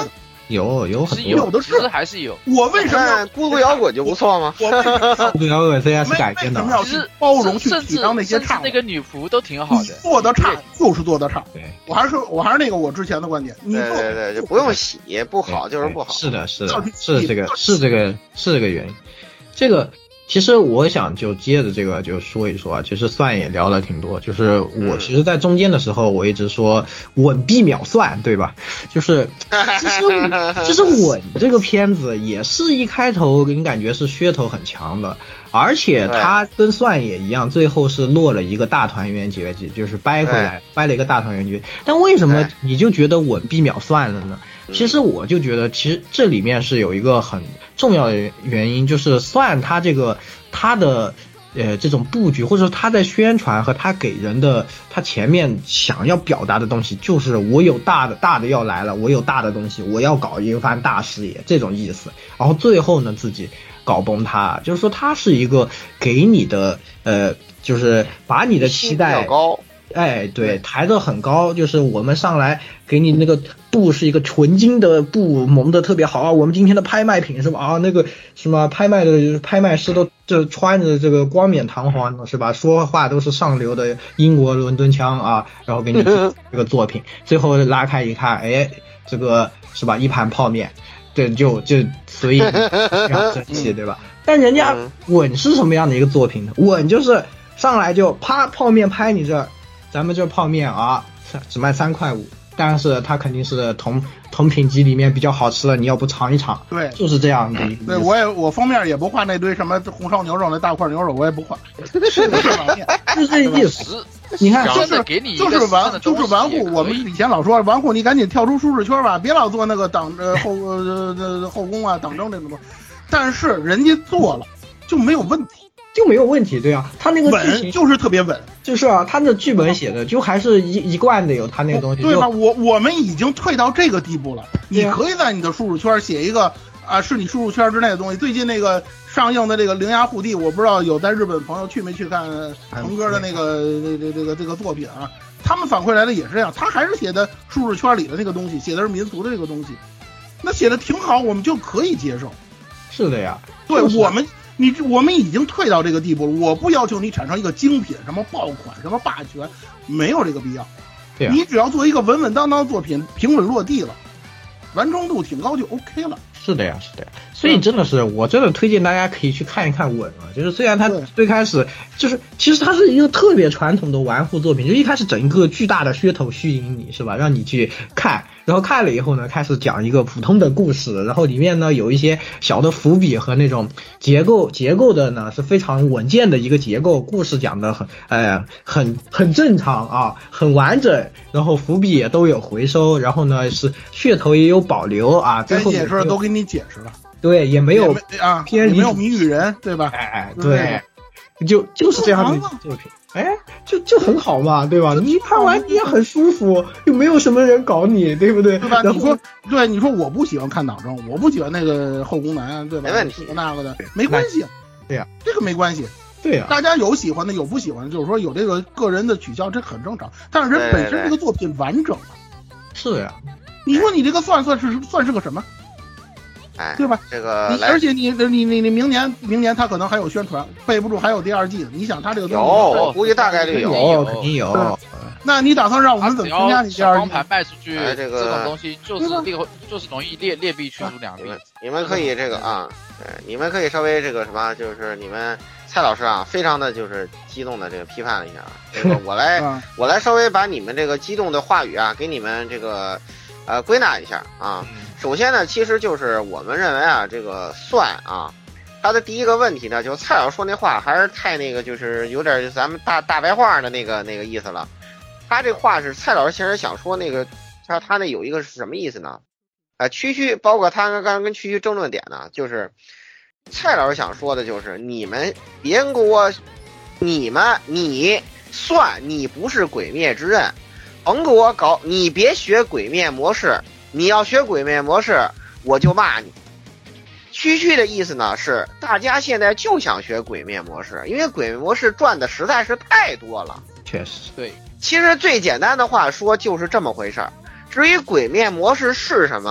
有很多， 有的是， 还是有。 我为什么咕咕摇滚就不错吗？ 我为什么咕咕摇滚 CS 改编的， 为什么要去包容去体谅那些差？ 那个女仆都挺好的， 做的差就是做的差。 对， 我还是那个我之前的观点，你对，就不用洗，不好就是不好。 是的，是这个原因。这个其实我想就接着这个就说一说啊，其实算也聊了挺多，就是我其实在中间的时候我一直说吻必秒算，对吧？就是其实吻这个片子也是一开头给你感觉是噱头很强的，而且它跟算也一样，最后是落了一个大团圆结局，就是掰回来掰了一个大团圆结局。但为什么你就觉得吻必秒算了呢？其实我就觉得，其实这里面是有一个很重要的原因，就是算他的这种布局，或者说他在宣传和他给人的他前面想要表达的东西，就是我有大的要来了，我有大的东西，我要搞一番大事业这种意思。然后最后呢，自己搞崩它，就是说它是一个给你的就是把你的期待比较高。 哎，对，抬得很高，就是我们上来给你那个布是一个纯金的布，蒙得特别好啊。我们今天的拍卖品是吧？啊，那个什么拍卖师都这穿着这个冠冕堂皇的是吧？说话都是上流的英国伦敦腔啊，然后给你这个作品，最后拉开一看，哎，这个是吧？一盘泡面，对，就随意非常生气，对吧？但人家吻是什么样的一个作品呢？吻就是上来就啪泡面拍你这儿。咱们这泡面啊，只卖3.5块，但是它肯定是同品级里面比较好吃的，你要不尝一尝？对，就是这样的一个。 对，我封面也不画那堆什么红烧牛肉那大块牛肉，我也不画，是碗面，就这意思。你看，就是玩户。我们以前老说玩户，你赶紧跳出舒适圈吧，别老做那个后宫啊、党争这种东西。但是人家做了就没有问题。 就没有问题，对啊，他那个剧情就是特别稳， 就是啊，他的剧本写的就还是一贯的有他那个东西， 对吧？我们已经退到这个地步了，你可以在你的舒适圈写一个啊，是你舒适圈之内的东西。最近那个上映的这个《铃芽护地》，我不知道有在日本朋友去没去看腾哥的那个这个作品啊？他们反馈来的也是这样，他还是写的舒适圈里的那个东西，写的是民俗的这个东西，那写的挺好，我们就可以接受。 是的呀， 对我们已经退到这个地步了，我不要求你产生一个精品，什么爆款，什么霸权，没有这个必要。 对啊， 你只要做一个稳稳当当的作品，平稳落地了，完成度挺高就 OK 了。 是的呀，是的呀。所以真的是，我真的推荐大家可以去看一看吻啊。就是虽然它最开始就是其实它是一个特别传统的玩户作品，就一开始整一个巨大的噱头吸引你是吧，让你去看。然后看了以后呢，开始讲一个普通的故事，然后里面呢有一些小的伏笔和那种结构的呢是非常稳健的一个结构，故事讲的很正常啊，很完整，然后伏笔也都有回收，然后呢是噱头也有保留啊，最后解释都给你解释了， 对，也没有偏离， 没有谜语人，对吧？ 哎，对，就是这样的作品。哎，就很好嘛，对吧？你看完你也很舒服，又没有什么人搞你，对不对？ 对吧？你说我不喜欢看党争，我不喜欢那个后宫男，对吧？ 没问题， 那个的没关系， 对呀， 这个没关系， 对呀， 大家有喜欢的，有不喜欢的，就是说有这个个人的取向，这很正常。但是人本身这个作品完整了， 是呀。 你说你这个算是个什么？ 哎， 对吧？ 这个， 而且你明年他可能还有宣传，备不住还有第2季。你想他这个东西有，估计大概率有，肯定有。 那你打算让我们怎么评价你第2季？ 光盘卖出去，这种东西就是容易劣币驱逐良币。 你们可以这个啊，你们可以稍微这个什么，就是你们蔡老师啊，非常的就是激动的这个批判了一下。这个我来稍微把你们这个激动的话语啊，给你们这个归纳一下啊。首先呢，其实就是我们认为啊，这个算啊，它的第一个问题呢，就蔡老师说那话还是太那个，就是有点咱们大白话的那个意思了。他这话是蔡老师其实想说那个，他那有一个是什么意思呢？区包括他刚刚跟区争论点呢，就是蔡老师想说的就是你们别给我，你算你不是鬼灭之刃，甭给我搞，你别学鬼灭模式。你要学鬼灭模式，我就骂你。区的意思呢是，大家现在就想学鬼灭模式，因为鬼灭模式赚的实在是太多了。 确实， 对。 其实最简单的话说就是这么回事儿。至于鬼灭模式是什么，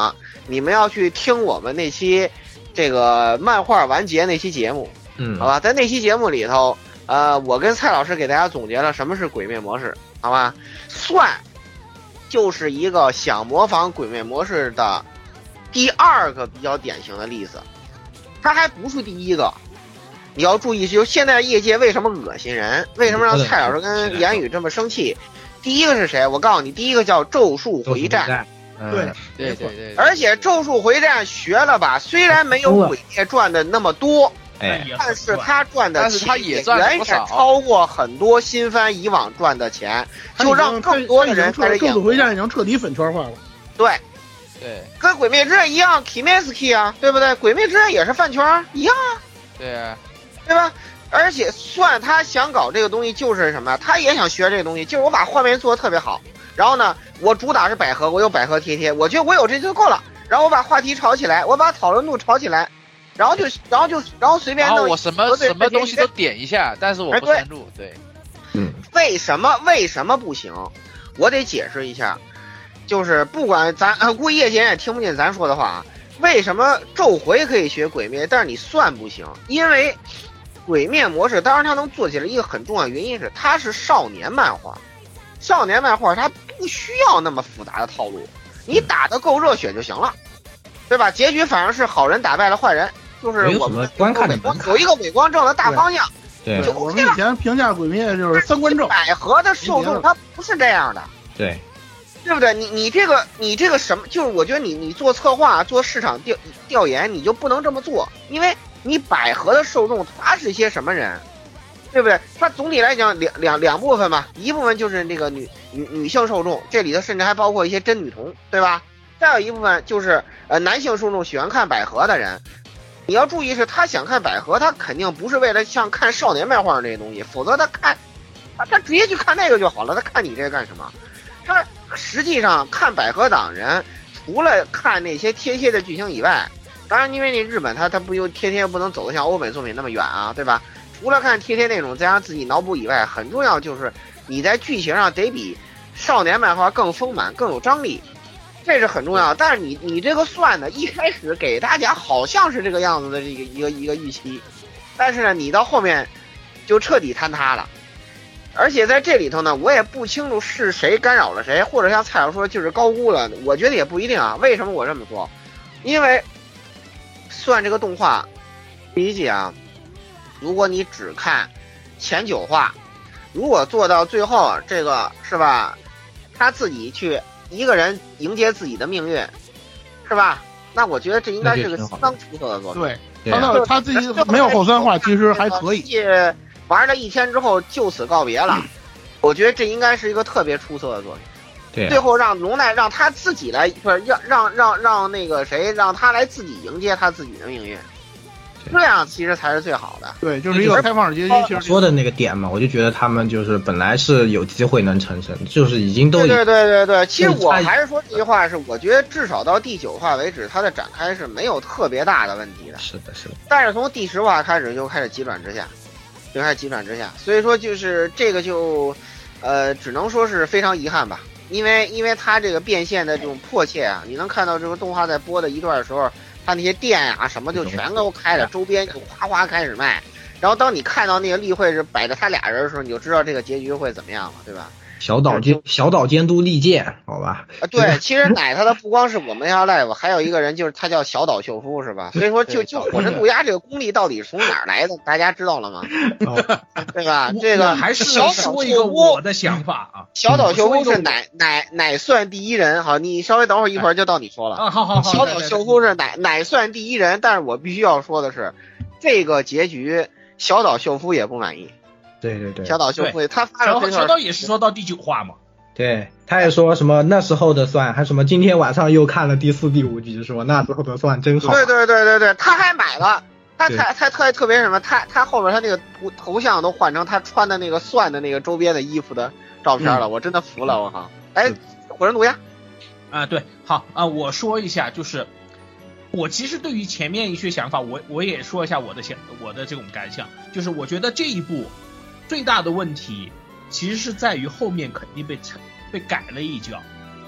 你们要去听我们那期这个漫画完结那期节目，好吧，在那期节目里头，我跟蔡老师给大家总结了什么是鬼灭模式，好吧，算就是一个想模仿鬼灭模式的第二个比较典型的例子，它还不是第一个。你要注意，就现在业界为什么恶心人，为什么让蔡老师跟言语这么生气？第一个是谁？我告诉你，第一个叫咒术回战。 对， 而且咒术回战学了吧，虽然没有鬼灭赚的那么多，但是他赚的钱也远远超过很多新番以往赚的钱，就让更多的人开始咒术回战已经彻底粉圈化了。 对，跟鬼灭之刃一样 ，Kimetsuki 啊，对不对？鬼灭之刃也是饭圈一样啊。 对啊， 对吧？而且算他想搞这个东西就是什么，他也想学这个东西，就是我把画面做得特别好，然后呢，我主打是百合，我有百合贴贴，我觉得我有这就够了，然后我把话题炒起来，我把讨论度炒起来，然后随便弄， 我什么东西都点一下，但是我不深入，对， 为什么不行？我得解释一下，就是不管咱估计叶姐也听不进咱说的话啊。为什么咒回可以学鬼灭，但是你算不行？因为鬼灭模式，当然它能做起来一个很重要的原因是它是少年漫画，少年漫画它不需要那么复杂的套路，你打得够热血就行了，对吧？结局反而是好人打败了坏人，就是我们观看的有一个伪光正的大方向。 对，我们以前评价鬼灭就是三观正。 百合的受众它不是这样的。 对。 对不对？你这个什么？就是我觉得你做策划、做市场调研，你就不能这么做，因为你百合的受众他是些什么人，对不对？它总体来讲两部分嘛，一部分就是那个女性受众，这里头甚至还包括一些真女同，对吧？再有一部分就是男性受众喜欢看百合的人。你要注意是他想看百合，他肯定不是为了像看少年漫画这些东西，否则他直接去看那个就好了，他看你这个干什么？他实际上看百合党人，除了看那些贴贴的剧情以外，当然因为那日本他不又贴贴不能走得像欧美作品那么远啊，对吧？除了看贴贴那种再让自己脑补以外，很重要就是你在剧情上得比少年漫画更丰满更有张力，这是很重要。但是你这个算的一开始给大家好像是这个样子的这个一个预期，但是呢你到后面就彻底坍塌了。而且在这里头呢，我也不清楚是谁干扰了谁，或者像蔡老师说就是高估了，我觉得也不一定啊。为什么我这么说？因为算这个动画第一季啊，如果你只看前9话，如果做到最后这个是吧，他自己去一个人迎接自己的命运，是吧？那我觉得这应该是个相当出色的作品。 对，他自己没有后3话，其实还可以。 玩了1天之后就此告别了，我觉得这应该是一个特别出色的作品。 对， 最后让龙奈让他自己来，不是让那个谁让他来自己迎接他自己的命运，这样其实才是最好的。 对，就是一个开放式结局。其实说的那个点嘛，我就觉得他们就是本来是有机会能成神，就是已经都对。其实我还是说这句话是，我觉得至少到第9话为止，它的展开是没有特别大的问题的。 是的。 但是从第10话开始就开始急转直下。所以说就是这个就，只能说是非常遗憾吧，因为它这个变现的这种迫切啊，你能看到这个动画在播的一段的时候，它那些店啊什么就全都开了，周边就哗开始卖，然后当你看到那个例会是摆着他俩人的时候，你就知道这个结局会怎么样了，对吧？ 小岛监督利剑，好吧？ 对，其实奶他的不光是我们要 live， 还有一个人就是他叫小岛秀夫，是吧？所以说就火神渡鸦这个功力到底是从哪儿来的，大家知道了吗？对吧？这个还是说一个我的想法啊。 小岛秀夫是奶算第一人，好，你稍微等会儿一会儿就到你说了。 好。 小岛秀夫是奶算第一人，但是我必须要说的是，这个结局小岛秀夫也不满意。 对， 小岛秀夫他发了推特， 小岛也是说到第9话嘛。 对，他也说什么那时候的算，还什么今天晚上又看了第4、第5集，说那时候的算真好。 对，他还买了，他特别什么，他后边他那个头像都换成他穿的那个算的那个周边的衣服的照片了，我真的服了，我靠！哎，火神毒鸦啊，对，好啊，我说一下，就是我其实对于前面一些想法，我也说一下我的这种感想，就是我觉得这一部最大的问题其实是在于后面肯定被改了一脚，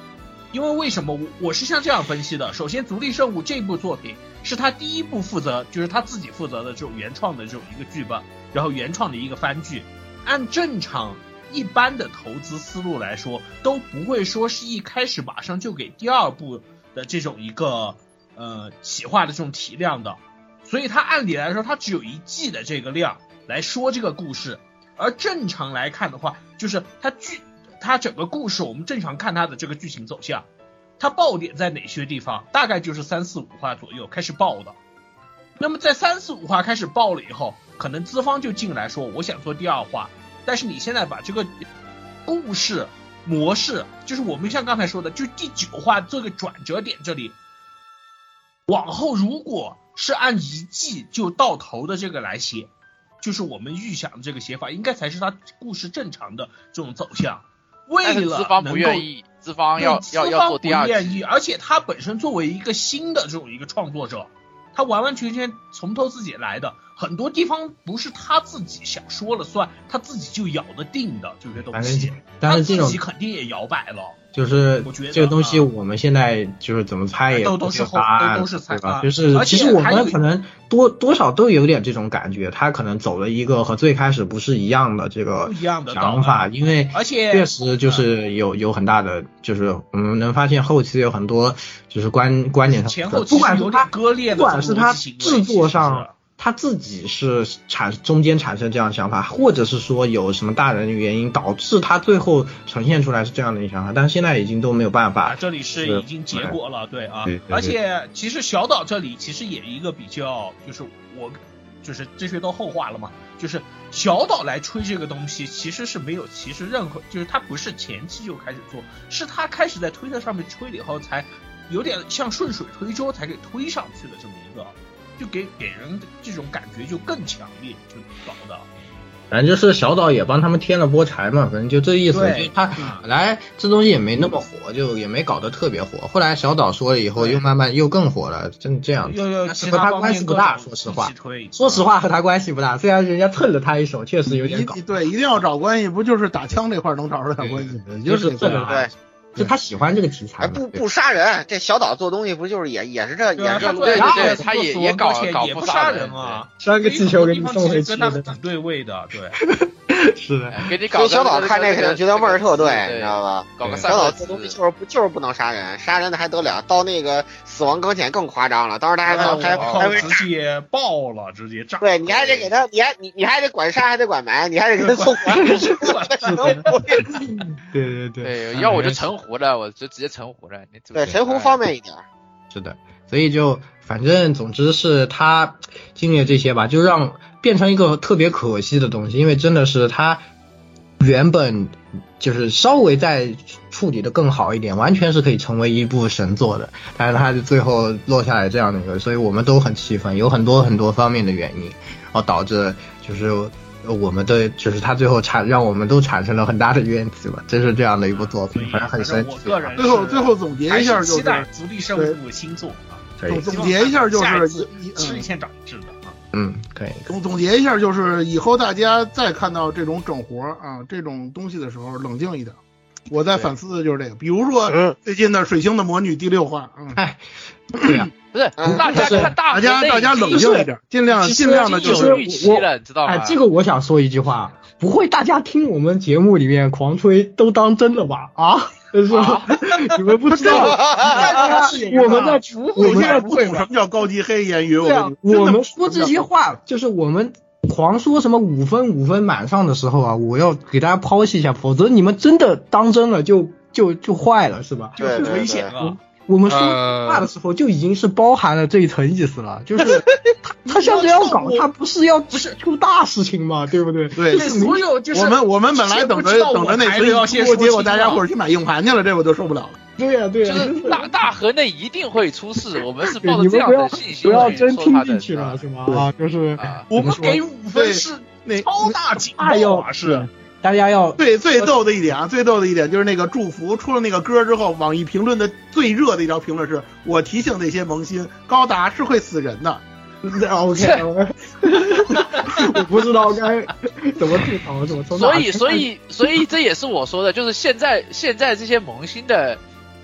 因为为什么我是像这样分析的？首先，《足利圣武》这部作品是他第一部负责，就是他自己负责的这种原创的这种一个剧本，然后原创的一个番剧。按正常一般的投资思路来说，都不会说是一开始马上就给第二部的这种一个企划的这种体量的。所以他按理来说，他只有1季的这个量来说这个故事。而正常来看的话，就是它整个故事，我们正常看它的这个剧情走向，它爆点在哪些地方？大概就是3、4、5话左右开始爆的。那么在3、4、5话开始爆了以后，可能资方就进来说，我想做第2话，但是你现在把这个故事模式，就是我们像刚才说的，就第9话这个转折点这里，往后如果是按1季就到头的这个来写，就是我们预想的这个写法，应该才是它故事正常的这种走向。为了资方不愿意，资方要做第2季， 而且他本身作为一个新的这种一个创作者，他完完全全从头自己来的，很多地方不是他自己想说了算，他自己就咬得定的这些东西， 但是这种他自己肯定也摇摆了。 就是这个东西，我们现在就是怎么猜也都是猜， 对吧？就是其实我们可能多少都有点这种感觉，他可能走了一个和最开始不是一样的这个想法，因为而且确实就是有很大的，就是我们能发现后期有很多就是观点上，不管是他割裂的， 不管是他制作上。他自己是中间产生这样的想法，或者是说有什么大人的原因导致他最后呈现出来是这样的一个想法，但是现在已经都没有办法。 这里是已经结果了，对啊。 对， 而且其实小岛这里其实也一个比较，就是这些都后话了嘛，就是小岛来吹这个东西其实是没有任何，就是他不是前期就开始做，是他开始在推特上面吹了以后才有点像顺水推舟才给推上去的这么一个。就给人的这种感觉就更强烈，就搞的。 反正就是小岛也帮他们添了波柴嘛，反正就这意思。就他本来这东西也没那么火，就也没搞得特别火。后来小岛说了以后，又慢慢又更火了，真这样子。和他关系不大，说实话和他关系不大。虽然人家蹭了他一手，确实有点搞。 对，一定要找关系，不就是打枪这块能找出点关系？就是对。 就他喜欢这个题材， 不杀人，这小岛做东西不就是也是这也是对，他也搞不杀人啊， 三个气球给你送回去， 跟他挺对味的，对。 是的， 给你搞。 所以小岛看这肯定觉得味儿特对，你知道吧？ 搞个小岛做东西就是不能杀人，杀人的还得了，到那个死亡搁浅更夸张了，到时候他还会直接爆了，直接炸。 对，你还得给他，你还得管杀，还得管埋，你还得给他送还。 对， 要我就成糊了，我就直接成糊了。 对，神糊方便一点。 是的，所以就反正总之是他经历了这些吧，就让变成一个特别可惜的东西，因为真的是他原本就是稍微再处理的更好一点，完全是可以成为一部神作的，但是他就最后落下来这样的一个，所以我们都很气愤，有很多方面的原因，然后导致就是我们的就是他最后让我们都产生了很大的怨气吧，真是这样的一部作品，反正很神奇。 最后总结一下就是期待足利胜负新作啊， 总结一下就是吃一堑长一智的。 可以。 总结一下就是以后大家再看到这种整活啊这种东西的时候，冷静一点。我在反思的就是这个，比如说最近的《水星的魔女》第6话， 对呀， 不是大家看大家冷静一点，尽量的就是预期了，知道吗？ 这个我想说一句话，不会大家听我们节目里面狂吹都当真了吧？啊？是吧？你们不知道，我们在不会什么叫高级黑言语。 我们说这些话，就是我们狂说什么5分满上的时候啊，我要给大家剖析一下，否则你们真的当真了就坏了，是吧？ 就危险了。 我们说话的时候就已经是包含了这一层意思了，就是他像这样搞，他不是出大事情嘛，对不对？ 对， 所有就是我们本来等着那次结果大家伙去买硬盘去了，这我就受不了了。 对呀， 就是大河内一定会出事，我们是抱着这样的信心。 不要真听进去了，是吗？啊，就是我们给5分是超大警报啊，是。 大家要最逗的一点就是那个祝福出了那个歌之后，网易评论的最热的一条评论是：我提醒那些萌新，高达是会死人的。 OK， 我不知道该怎么吐槽，怎么说。 所以这也是我说的，就是现在这些萌新的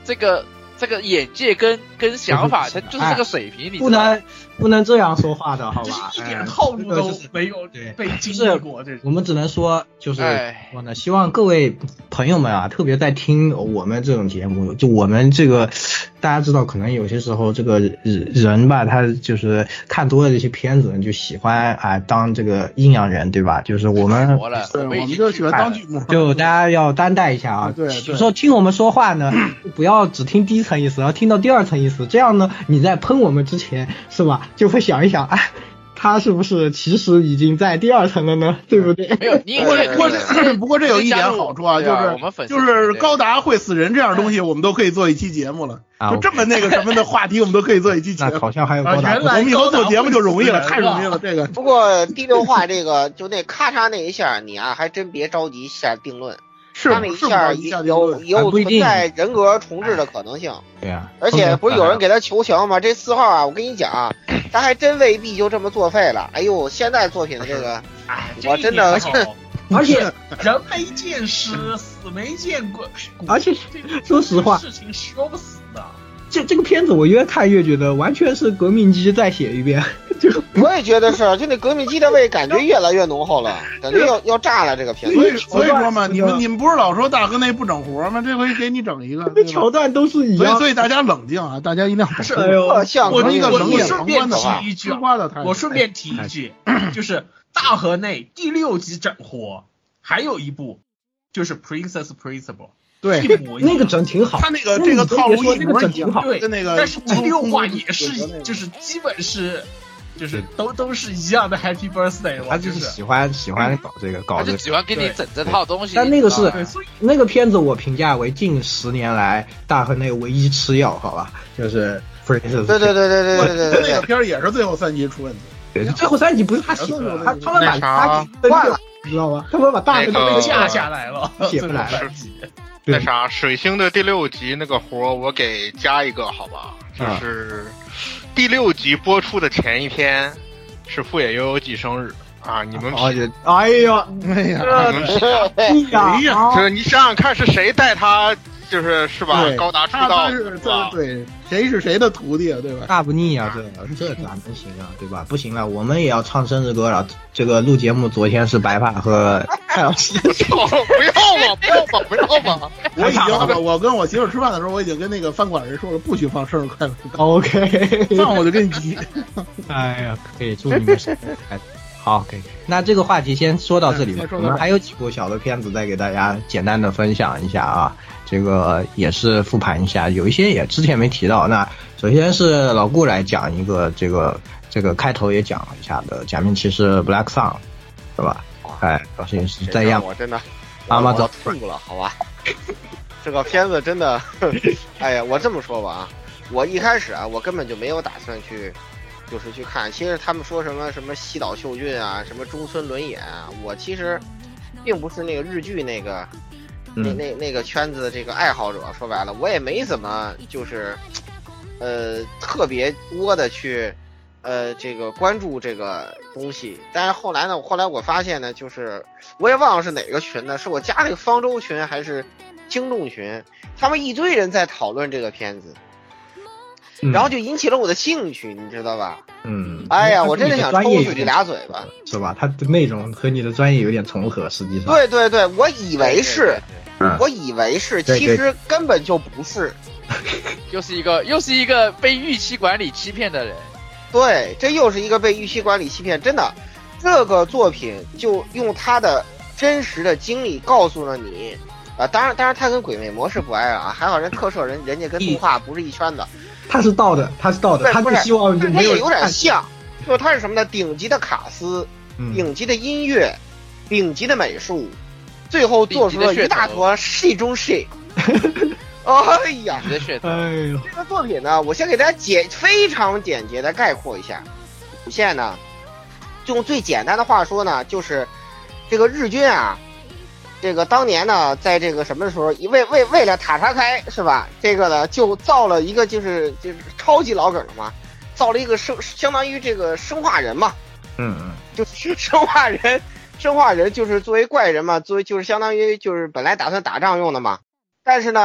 这个眼界跟想法，它就是这个水平，你不能这样说话的好吧？ 就是一点套路都没有被经历过。这我们只能说，就是我呢，希望各位朋友们啊，特别在听我们这种节目，就我们这个大家知道，可能有些时候这个人吧，他就是看多了这些片子，就喜欢当这个阴阳人，对吧？就是我们我们就喜欢当剧目， 就大家要担待一下啊。 对， 有时候听我们说话呢，不要只听第一层意思，要听到第二层意思，这样呢，你在喷我们之前，是吧？就会想一想，他是不是其实已经在第二层了呢？对不对？ 没有， 不过这有一点好处啊，就是高达会死人这样东西，我们都可以做一期节目了。就这么那个什么的话题，我们都可以做一期节目。 那好像还有高达， 我们以后做节目就容易了，太容易了。这个不过第六话这个就那咔嚓那一下，你还真别着急下定论。他那一下有存在人格重置的可能性。 对啊， 而且不是有人给他求情吗？这4号啊，我跟你讲啊，他还真未必就这么作废了。哎呦，现在作品的这个，我真的， 而且人没见尸，死没见鬼。 而且说实话， 事情说不死的。 这个片子我越看越觉得完全是革命机再写一遍，就我也觉得是，就那革命机的味感觉越来越浓厚了，感觉要炸了这个片子。所以说嘛，你们不是老说大河内不整活吗？这回给你整一个， 那桥段都是一样。 所以大家冷静啊，大家一定要是。 我一个冷眼旁观的话，我顺便提一句，就是大河内第6集整活，还有一部就是 Princess Principle。 对， 那个整挺好， 他那个这个套路那个整挺好， 对， 那个但是第6话也是，就是基本是，就是都是一样的 Happy Birthday。 他就是喜欢搞这个， 他就喜欢给你整这套东西。 但那个是那个片子，我评价为近10年来大河内唯一吃药，好吧，就是 Princess。 对， 那个片也是最后3集出问题。 对，最后3集不是他写的，他们把他换了，你知道吗？他们把大河内下下来了， 写不来了。 那啥，水星的第6集那个活我给加一个好吧，就是第6集播出的前一天是富野悠悠记生日啊！你们哎呀， 就是你想想看是谁带他，是吧？高达出道， 对，谁是谁的徒弟啊？对吧？ 大不腻啊，这咋能行啊？对吧？不行了，我们也要唱生日歌了。这个录节目昨天是白发和蔡老师， 不要吧！ 我跟我媳妇吃饭的时候，我已经跟那个饭馆人说了，不许放生日快乐歌。 OK， 放我就跟你急。 哎呀，可以祝你们生日快乐。好，可以。那这个话题先说到这里吧。我们还有几部小的片子再给大家简单的分享一下啊。这个也是复盘一下，有一些也之前没提到。那首先是老顾来讲一个这个开头也讲了一下的《假面骑士 Black Sun》，是吧？高兴是这样。 我真的妈妈早吐了，好吧？这个片子真的，哎呀，我这么说吧啊，我一开始啊，我根本就没有打算去看。其实他们说什么西岛秀俊啊，什么中村伦也啊，我其实并不是那个日剧那个。那个圈子的这个爱好者，说白了，我也没怎么特别多的去这个关注这个东西。但是后来我发现呢，就是我也忘了是哪个群呢，是我加那个方舟群还是京众群，他们一堆人在讨论这个片子，然后就引起了我的兴趣，你知道吧？哎呀，我真的想抽出去俩嘴巴， 是吧？它的内容和你的专业有点重合，实际上。 对，我以为是。其实根本就不是， 又是一个被预期管理欺骗的人。 对，这又是一个被预期管理欺骗，真的，这个作品就用他的真实的经历告诉了你啊，当然他跟鬼魅魔是不挨啊，还好人特摄人家跟动画不是一圈的， 他是盗的，他不希望没有，有点像，就是他是什么呢？顶级的卡司，顶级的音乐，顶级的美术。最后做出了一大坨戏中戏，哎呀， 这个作品呢，我先给大家非常简洁的概括一下。现在呢，用最简单的话说呢，就是这个日军啊，这个当年呢，在这个什么的时候，为了塔查开是吧？这个呢，就造了一个就是超级老梗了嘛，造了一个相当于这个生化人嘛，就是生化人。生化人就是作为怪人嘛，就是相当于就是本来打算打仗用的嘛，但是呢，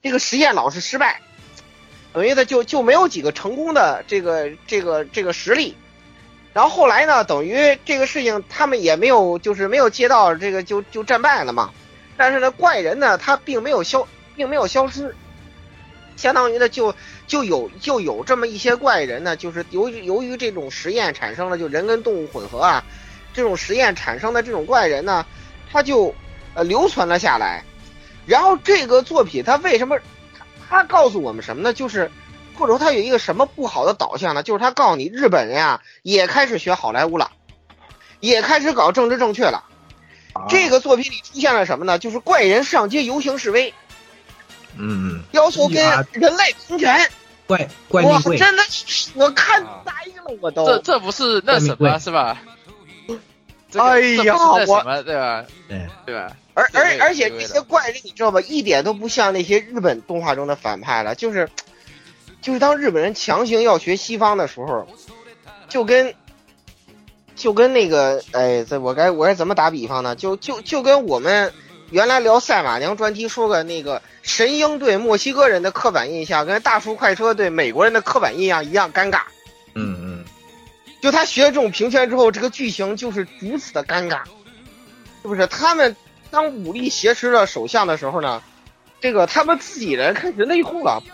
这个实验老是失败，等于呢就没有几个成功的这个实例。然后后来呢，等于这个事情他们也没有接到这个就战败了嘛。但是呢，怪人呢他并没有消失，相当于呢就有这么一些怪人呢，就是由于这种实验产生了就人跟动物混合啊，这种实验产生的这种怪人呢，他就流传了下来。然后这个作品它为什么他告诉我们什么呢？就是或者说他有一个什么不好的导向呢？就是他告诉你日本人啊也开始学好莱坞了，也开始搞政治正确了。这个作品里出现了什么呢？就是怪人上街游行示威，要求跟人类平权。 怪我真的我看呆了，我都这不是那什么是吧？ 哎呀， 我对吧？对吧？ 而且这些怪人你知道吧，一点都不像那些日本动画中的反派了，就是当日本人强行要学西方的时候，就跟那个我该怎么打比方呢？就跟我们原来聊赛马娘专题说个那个神鹰对墨西哥人的刻板印象，跟大叔快车对美国人的刻板印象一样尴尬。就他学了这种平权之后，这个剧情就是如此的尴尬，是不是？他们当武力挟持了首相的时候呢，这个他们自己人开始内讧了，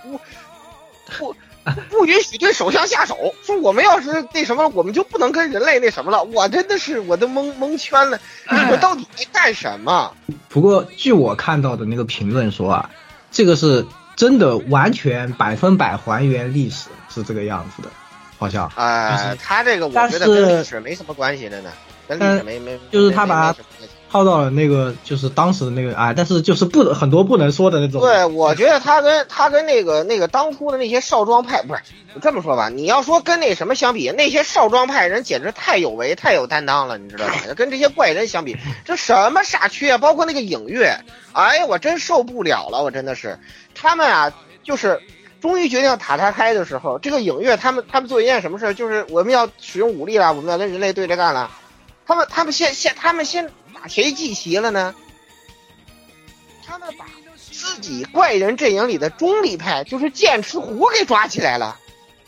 不允许对首相下手，说我们要是那什么，我们就不能跟人类那什么了。我真的是我都蒙圈了，你们到底在干什么？ 不过据我看到的那个评论说啊，这个是真的完全100%还原历史，是这个样子的。好像他这个我觉得跟历史没什么关系的呢，跟历史没就是他把套到了那个就是当时的那个但是就是很多不能说的那种。 对，我觉得他跟那个当初的那些少壮派不是这么说吧？你要说跟那什么相比，那些少壮派人简直太有为太有担当了，你知道吧？跟这些怪人相比，这什么傻缺啊！包括那个影月，哎呀，我真受不了了，我真的是他们啊，就是。终于决定打他开的时候，这个影月他们做一件什么事？就是我们要使用武力了，我们要跟人类对着干了。他们先把谁记齐了呢？他们把自己怪人阵营里的中立派，就是剑齿虎给抓起来了。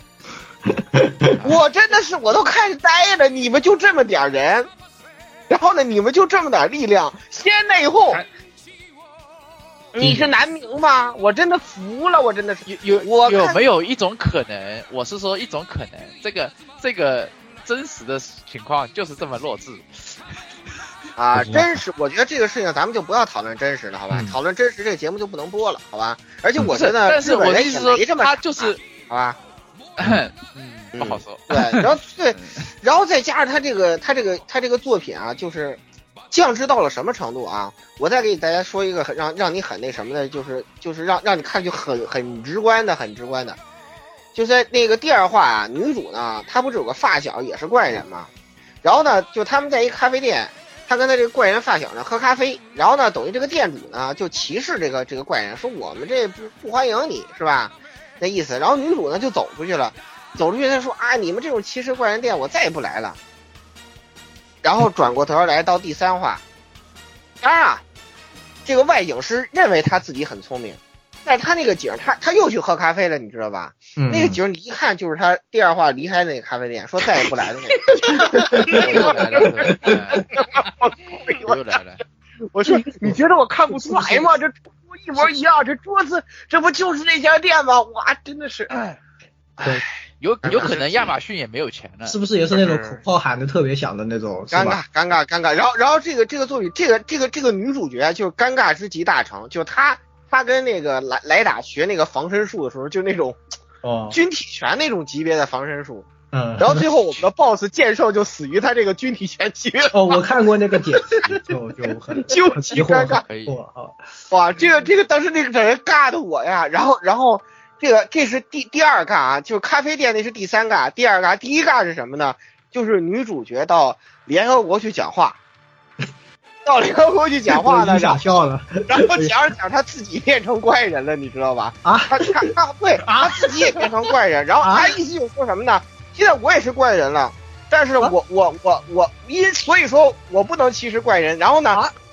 我真的是我都看呆了，你们就这么点人，然后呢，你们就这么点力量，先内讧。你是南明吗？我真的服了，我真的是有没有一种可能？我是说一种可能，这个真实的情况就是这么弱智啊！真实，我觉得这个事情咱们就不要讨论真实了，好吧？讨论真实这个节目就不能播了，好吧？而且我觉得但是我的意思说，他就是好吧？ 不好说。 对，然后再加上他这个作品啊，就是降智到了什么程度啊？我再给大家说一个让你很那什么的，就是让你看就很直观的，就在那个第二话啊，女主呢，她不是有个发小也是怪人嘛，然后呢，就他们在一个咖啡店，她跟她这个怪人发小呢喝咖啡，然后呢，等于这个店主呢就歧视这个怪人，说我们这不欢迎你是吧？那意思，然后女主呢就走出去了，她说啊，你们这种歧视怪人店我再也不来了。然后转过头来到第三话，当然啊，这个外景师认为他自己很聪明，但是他那个景他又去喝咖啡了，你知道吧？那个景你一看就是他第二话离开那个咖啡店，说再也不来了又来了。 我说你觉得我看不出来吗？这一模一样，这桌子这不就是那家店吗？哇，真的是对。 有可能亚马逊也没有钱了， 是不是也是那种口号喊的特别响的那种？ 尴尬。然后这个作品，这个女主角就是尴尬之极大成，就她跟那个莱达学那个防身术的时候，就那种军体拳那种级别的防身术。然后最后我们的 BOSS 剑圣就死于他这个军体拳级别。 我看过那个点，就很极尴尬。哇，这个当时那个人尬的我呀，然后。这是第二尬啊，就是咖啡店那是第三尬，第二尬，第一尬是什么呢？就是女主角到联合国去讲话，呢， 想笑了， 然后讲着她自己变成怪人了，你知道吧？她自己也变成怪人，然后她意思就是说什么呢？现在我也是怪人了，但是所以说我不能歧视怪人，然后呢，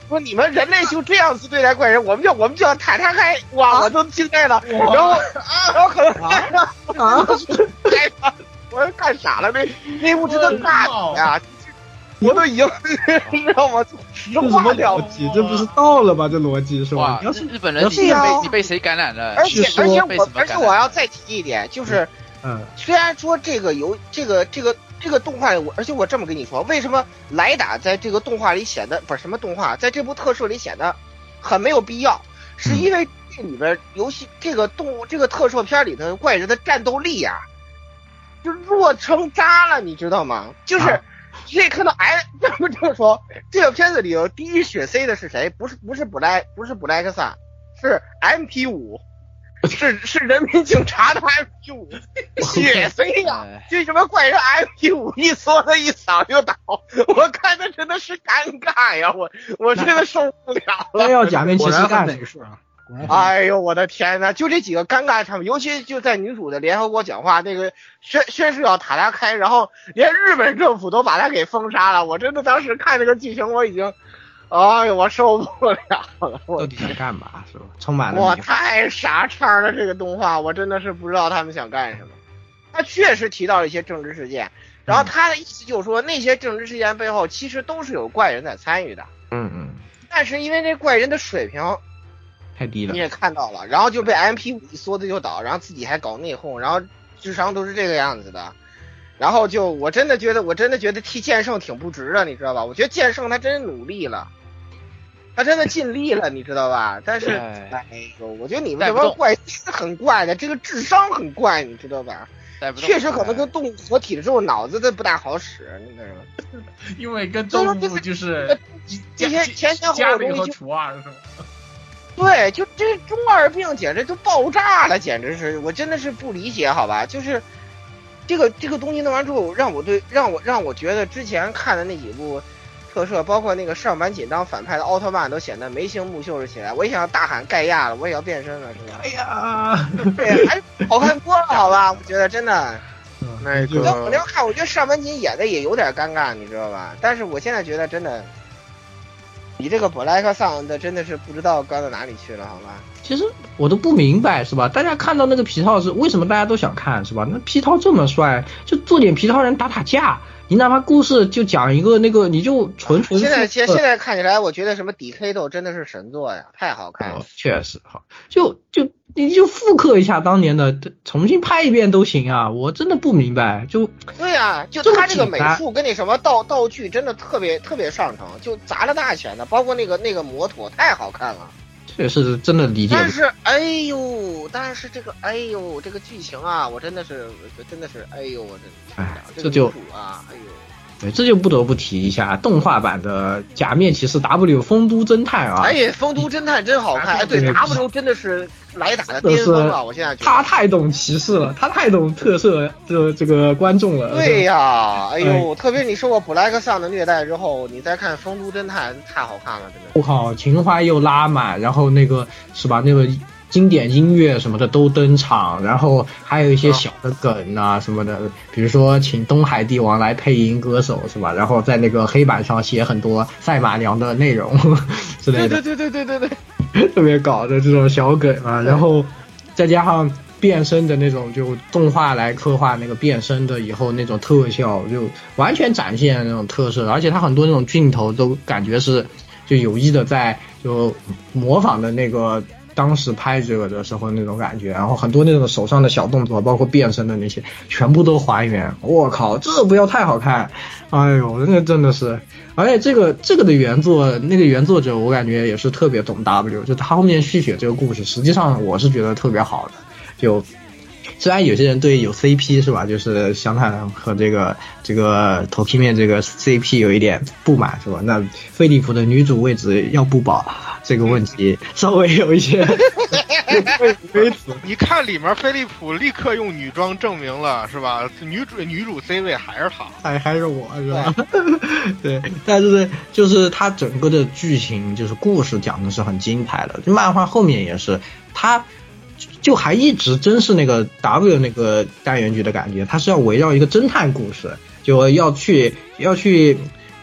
说你们人类就这样子对待怪人，我们就要塔塔开，哇，我都惊呆了。然后可能我干傻了，那部真的尬呀！我都已经知道吗？石化掉了， 这不是到了吗？这逻辑是吧？ 要是日本人，你被谁感染了？ 而且我要再提一点，就是虽然说这个动画，而且我这么跟你说，为什么莱达在这个动画里显得不是什么动画，在这部特摄里显得很没有必要，是因为这里边游戏这个特摄片里的怪人的战斗力呀，就弱成渣了，你知道吗？就是你可以看到，这么说，这个片子里有第一血 C 的是谁？不是布莱克萨，是 MP5。是人民警察的 MP5 血 C 呀，这什么怪人 MP5 一缩的一扫就倒，我看的真的是尴尬呀，我真的受不了了。 要假面骑士干哪事啊？ 哎呦我的天哪！就这几个尴尬场面，尤其就在女主的联合国讲话那个宣誓要塔拉开，然后连日本政府都把他给封杀了，我真的当时看这个剧情我已经。哎呦，我受不了了！ 到底想干嘛？是吧？充满了我太傻叉了，这个动画我真的是不知道他们想干什么。他确实提到了一些政治事件，然后他的意思就是说，那些政治事件背后其实都是有怪人在参与的。但是因为这怪人的水平太低了， 你也看到了，然后就被 MP5 一梭子就倒，然后自己还搞内讧，然后智商都是这个样子的。然后我真的觉得替剑圣挺不值的，你知道吧？我觉得剑圣他真努力了。他真的尽力了，你知道吧？但是，我觉得你们这帮怪是很怪的，这个智商很怪，你知道吧？确实可能跟动物合体的时候脑子都不大好使，那个什么。 因为跟动物就是这些前后的东西除二是吗？ 对，就这中二病简直就爆炸了，简直是我真的是不理解，好吧？就是这个东西弄完之后，让我觉得之前看的那几部。特摄包括那个上坂紧当反派的奥特曼都显得眉清目秀了起来，我也想要大喊盖亚了，我也要变身了，是吧？ 哎呀， 对，还好看多了，好吧？我觉得真的，那我要看，我觉得上坂紧演的也有点尴尬，你知道吧？但是我现在觉得真的，你这个布莱克桑的真的是不知道高到哪里去了，好吧？ 其实我都不明白，是吧？大家看到那个皮套是为什么大家都想看，是吧？那皮套这么帅，就做点皮套人打架。你哪怕故事就讲一个那个，你就纯现在看起来，我觉得什么底黑豆真的是神作呀，太好看了， 确实好，你就复刻一下当年的，重新拍一遍都行啊！我真的不明白， 对呀，就他这个美术跟那什么道具真的特别上乘，就砸了大钱的，包括那个摩托太好看了。 这是真的理解。 但是这个剧情啊，我真的是，哎呦，我这就啊，哎呦， 对，这就不得不提一下动画版的假面骑士 W 丰都侦探啊！ 哎，丰都侦探真好看，对 W 真的是莱打的巅峰了，我现在觉得他太懂骑士了，他太懂特摄这个观众了。 对呀，哎呦，特别你受过布莱克桑的虐待之后，你再看丰都侦探，太好看了，真的。 我靠，情怀又拉满，然后那个是吧？那个经典音乐什么的都登场，然后还有一些小的梗啊什么的，比如说请东海帝王来配音歌手是吧？然后在那个黑板上写很多赛马娘的内容之类的。 对。 特别搞的这种小梗啊，然后再加上变身的那种，就动画来刻画那个变身的以后那种特效，就完全展现那种特色，而且它很多那种镜头都感觉是就有意的在就模仿的那个当时拍这个的时候那种感觉，然后很多那种手上的小动作，包括变身的那些，全部都还原。我靠，这不要太好看！哎呦，那真的是，而且这个的原作那个原作者，我感觉也是特别懂 W， 就他后面续写这个故事，实际上我是觉得特别好的。就虽然有些人对有 CP 是吧，就是香探和这个头皮面这个 CP 有一点不满是吧？那飞利浦的女主位置要不保这个问题稍微有一些你看里面飞利浦立刻用女装证明了是吧？女主 C 位还是他， 还是我是吧？对，但是就是他整个的剧情就是故事讲的是很精彩的，就漫画后面也是他。就还一直真是那个 W 那个单元剧的感觉，它是要围绕一个侦探故事，就要去有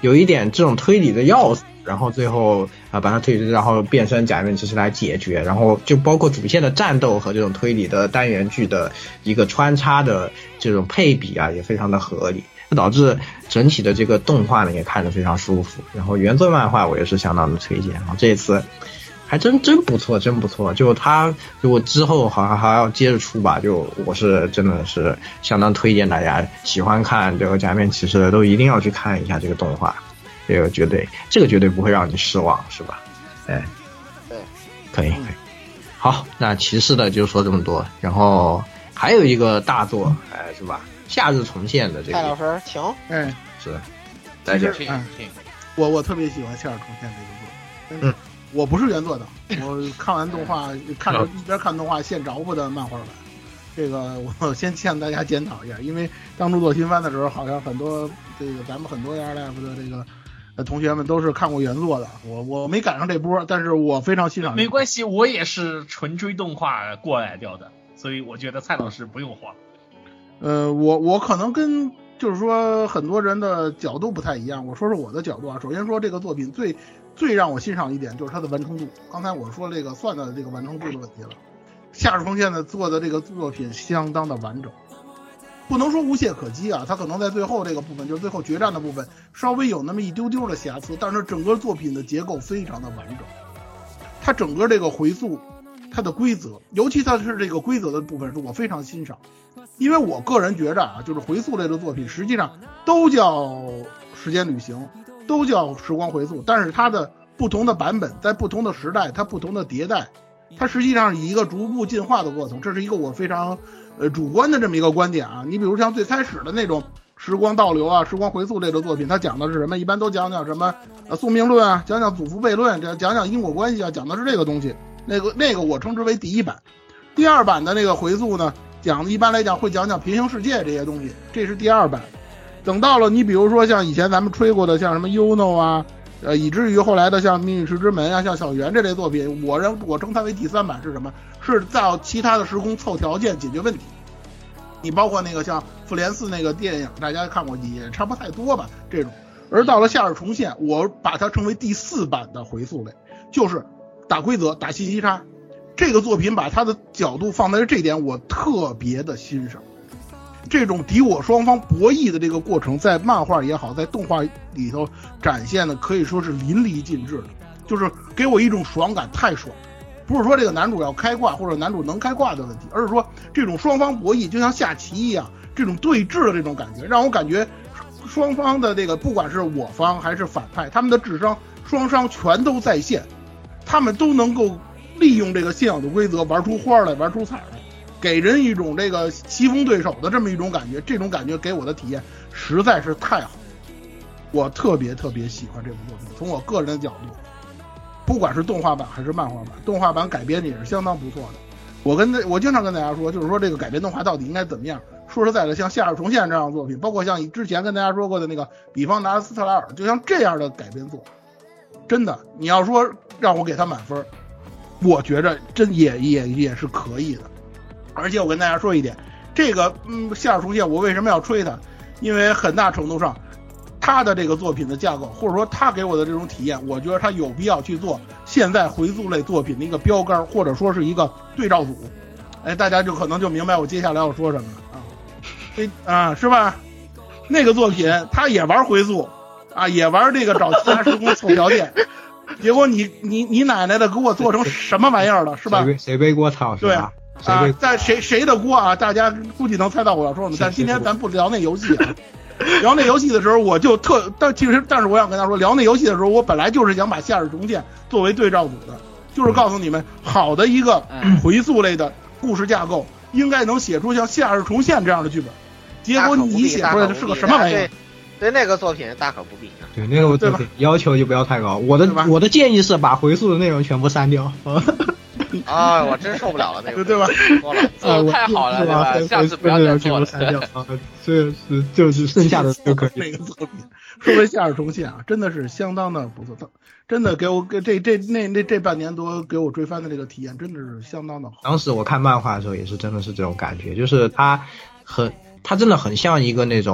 有一点这种推理的要素，然后最后把它推理，然后变身假面骑士来解决，然后就包括主线的战斗和这种推理的单元剧的一个穿插的这种配比啊，也非常的合理，导致整体的这个动画呢也看得非常舒服。然后原作漫画我也是相当的推荐，然后这一次还真不错，真不错。就他如果之后好像还要接着出吧，就我是真的是相当推荐大家喜欢看这个假面骑士的都一定要去看一下这个动画，这个绝对不会让你失望，是吧？哎， 对， 可以。好，那骑士的就说这么多，然后还有一个大作，哎，是吧？夏日重现的这个。 蔡老师，请。 哎， 是，大家请。我特别喜欢夏日重现这个作，我不是原作的，我看完动画，一边看动画现着不的漫画版。这个我先向大家检讨一下，因为当初做新番的时候，好像很多咱们很多 AR Live 的这个同学们都是看过原作的，我没赶上这波，但是我非常欣赏。 没关系，我也是纯追动画过来掉的，所以我觉得蔡老师不用慌。 我可能跟就是说很多人的角度不太一样，我说说我的角度啊。首先说这个作品最让我欣赏一点就是它的完成度。刚才我说这个算的这个完成度的问题了。夏日重现的做的这个作品相当的完整，不能说无懈可击啊，它可能在最后这个部分，就是最后决战的部分稍微有那么一丢丢的瑕疵，但是整个作品的结构非常的完整。它整个这个回溯，它的规则，尤其它是这个规则的部分是我非常欣赏。因为我个人觉着啊，就是回溯类的作品实际上都叫时间旅行，都叫时光回溯，但是它的不同的版本在不同的时代，它不同的迭代，它实际上以一个逐步进化的过程，这是一个我非常主观的这么一个观点啊。你比如像最开始的那种时光倒流啊、时光回溯类的作品，它讲的是什么？一般都讲讲什么宿命论啊，讲讲祖父悖论，讲讲因果关系啊，讲的是这个东西。那个我称之为第一版。第二版的那个回溯呢，讲的一般来讲会讲讲平行世界这些东西，这是第二版。等到了你比如说像以前咱们吹过的像什么 UNO 啊，以至于后来的像命运石之门啊，像小圆这类作品，我称它为第三版是什么？是在其他的时空凑条件解决问题。你包括那个像复联4那个电影，大家看过也差不太多吧这种。而到了夏日重现，我把它称为第4版的回溯类，就是打规则、打信息差。这个作品把它的角度放在这点，我特别的欣赏。这种敌我双方博弈的这个过程，在漫画也好，在动画里头展现的可以说是淋漓尽致的，就是给我一种爽感，太爽。不是说这个男主要开挂或者男主能开挂的问题，而是说这种双方博弈就像下棋一样，这种对峙的这种感觉，让我感觉双方的这个不管是我方还是反派，他们的智商双商全都在线，他们都能够利用这个现有的规则玩出花来，玩出彩来，给人一种这个棋逢对手的这么一种感觉。这种感觉给我的体验实在是太好，我特别喜欢这部作品。从我个人的角度，不管是动画版还是漫画版，动画版改编也是相当不错的。我经常跟大家说，就是说这个改编动画到底应该怎么样。说实在的，像夏日重现这样的作品，包括像之前跟大家说过的那个比方达斯特拉尔，就像这样的改编作，真的你要说让我给他满分，我觉着真也是可以的。而且我跟大家说一点，这个夏日重现我为什么要吹它？因为很大程度上他的这个作品的架构，或者说他给我的这种体验，我觉得他有必要去做现在回溯类作品的一个标杆，或者说是一个对照组。哎，大家就可能就明白我接下来要说什么了是吧？那个作品他也玩回溯啊，也玩这个找其他时空凑条件，结果你奶奶的给我做成什么玩意儿了，是吧？ 谁背锅操是吧？ 对啊，在谁的锅啊？大家估计能猜到我要说什么。但今天咱不聊那游戏啊。聊那游戏的时候，我就但是我想跟他说，聊那游戏的时候，我本来就是想把夏日重现作为对照组的，就是告诉你们，好的一个回溯类的故事架构，应该能写出像夏日重现这样的剧本。结果你写出来的是个什么玩意儿？ 对那个作品大可不必。 对那个作品要求就不要太高。我的建议是把回溯的内容全部删掉。 啊，我真受不了了那个， 对吧？ 做的太好了，对吧？下次不要再做了。 就是剩下的就可以。 那个作品，说回夏日重现啊，真的是相当的不错，真的给我这半年多给我追番的这个体验，真的是相当的好。 当时我看漫画的时候也是真的是这种感觉，就是它真的很像一个那种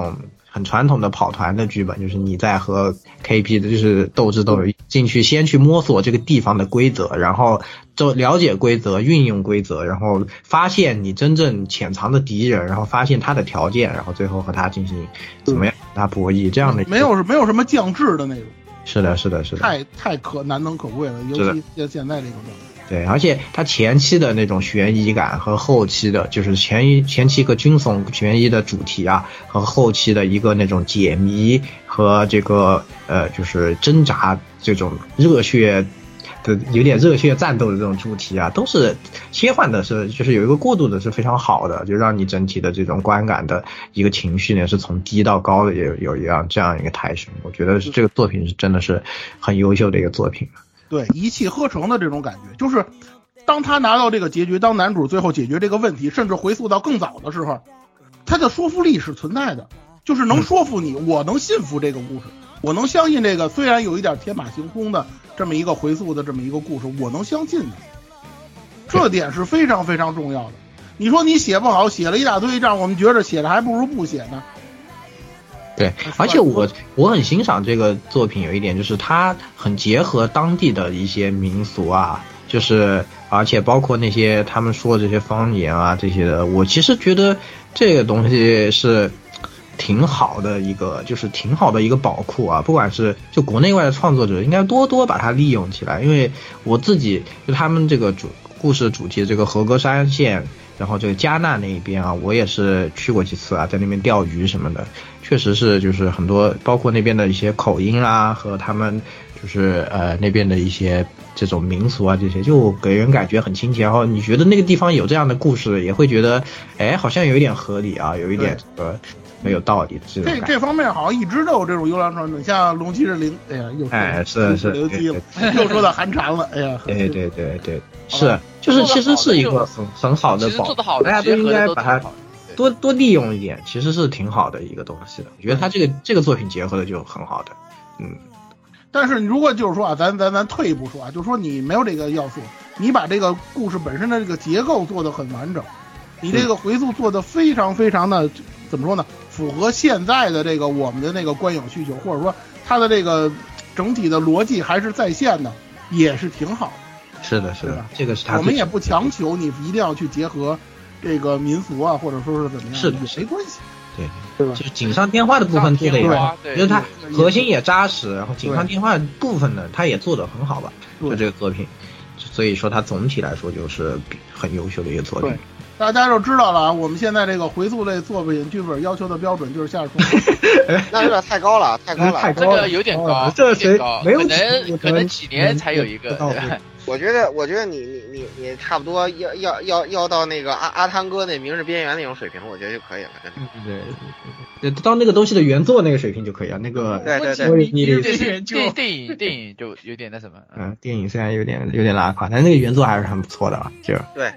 很传统的跑团的剧本，就是你在和 KP 的就是斗智斗勇进去，先去摸索这个地方的规则，然后就了解规则，运用规则，然后发现你真正潜藏的敌人，然后发现他的条件，然后最后和他进行怎么样和他博弈，这样的没有什么降智的那种。 是的， 太难能可贵了，尤其现在这个状态。 对，而且它前期的那种悬疑感和后期的，就是前期一个惊悚悬疑的主题啊，和后期的一个那种解谜和这个就是挣扎这种热血的有点热血战斗的这种主题啊，都是切换的就是有一个过渡的是非常好的，就让你整体的这种观感的一个情绪呢是从低到高的有这样一个抬升。我觉得这个作品是真的是很优秀的一个作品。 对，一气呵成的这种感觉，就是当他拿到这个结局，当男主最后解决这个问题，甚至回溯到更早的时候，他的说服力是存在的，就是能说服你，我能信服这个故事，我能相信这个虽然有一点天马行空的这么一个回溯的这么一个故事，我能相信的，这点是非常非常重要的。你说你写不好，写了一大堆，让我们觉得写的还不如不写呢。 对，而且我很欣赏这个作品有一点，就是它很结合当地的一些民俗啊，就是而且包括那些他们说的这些方言啊这些的，我其实觉得这个东西是挺好的一个，就是挺好的一个宝库啊，不管是就国内外的创作者应该多把它利用起来。因为我自己就他们这个故事主题这个和歌山县，然后这个加纳那一边啊，我也是去过几次啊，在那边钓鱼什么的，确实是就是很多包括那边的一些口音啦，和他们就是那边的一些这种民俗啊，这些就给人感觉很亲切。然后你觉得那个地方有这样的故事，也会觉得好像有一点合理啊，有一点没有道理。 这方面好像一直都有这种优良传统，像龙骑士灵，是留机了，又说到寒蝉了，对，是就是其实是一个很好的宝，大家都应该把它多利用一点，其实是挺好的一个东西的。我觉得他这个作品结合的就很好的，但是如果就是说啊，咱退一步说啊，就是说你没有这个要素，你把这个故事本身的这个结构做得很完整，你这个回溯做得非常非常的怎么说呢？符合现在的这个我们的那个观影需求，或者说它的这个整体的逻辑还是在线的，也是挺好的。是的，这个是他。我们也不强求你一定要去结合这个民俗啊，或者说是怎么样，是的，没关系。对吧？就是锦上添花的部分做的也，觉得它核心也扎实，然后锦上添花的部分呢，它也做得很好吧？就这个作品，所以说它总体来说就是很优秀的一个作品。大家就知道了啊，我们现在这个回溯类作品剧本要求的标准就是下重那有点太高了，太高了， 这个有点高， 这谁没有可能几年才有一个。 我觉得你差不多要到那个阿汤哥那明日边缘那种水平，我觉得就可以了，真的。对，到那个东西的原作那个水平就可以了。那个对，电影就有点那什么。 电影虽然有点拉垮，但那个原作还是很不错的啊。就对。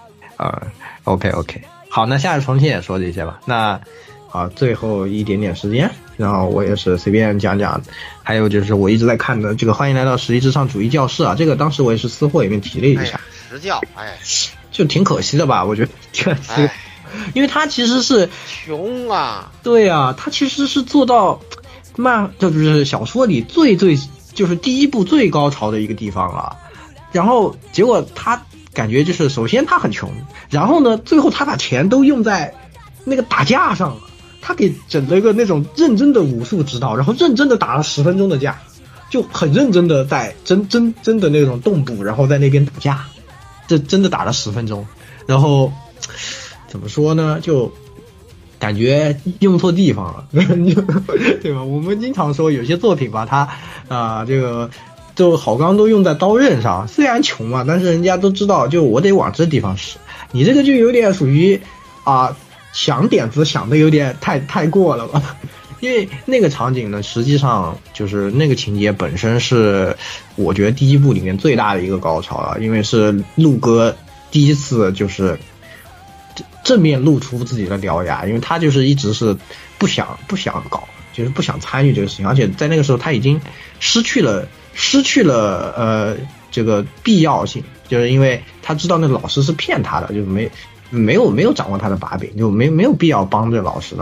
OK， 好，那夏日重庆也说这些吧。那好，最后一点点时间，然后我也是随便讲讲。还有就是我一直在看的这个《欢迎来到实力至上主义教室》啊，这个当时我也是私货里面提了一下。 实教， 就挺可惜的吧？我觉得因为他其实是穷啊。对啊，他其实是做到就是小说里最就是第一部最高潮的一个地方了。然后结果他感觉就是首先他很穷，然后呢最后他把钱都用在那个打架上了，他给整了一个那种认真的武术指导，然后认真的打了10分钟的架，就很认真的在真的那种动捕，然后在那边打架，这真的打了10分钟。然后怎么说呢，就感觉用错地方了对吧？我们经常说有些作品吧，它这个就好钢都用在刀刃上，虽然穷嘛，但是人家都知道，就我得往这地方使。你这个就有点属于想点子想的有点太过了吧？因为那个场景呢，实际上就是那个情节本身是我觉得第一部里面最大的一个高潮了，因为是陆哥第一次就是正面露出自己的獠牙，因为他就是一直是不想搞，就是不想参与这个事情，而且在那个时候他已经失去了这个必要性，就是因为他知道那个老师是骗他的，就没有掌握他的把柄，就没有必要帮这个老师了。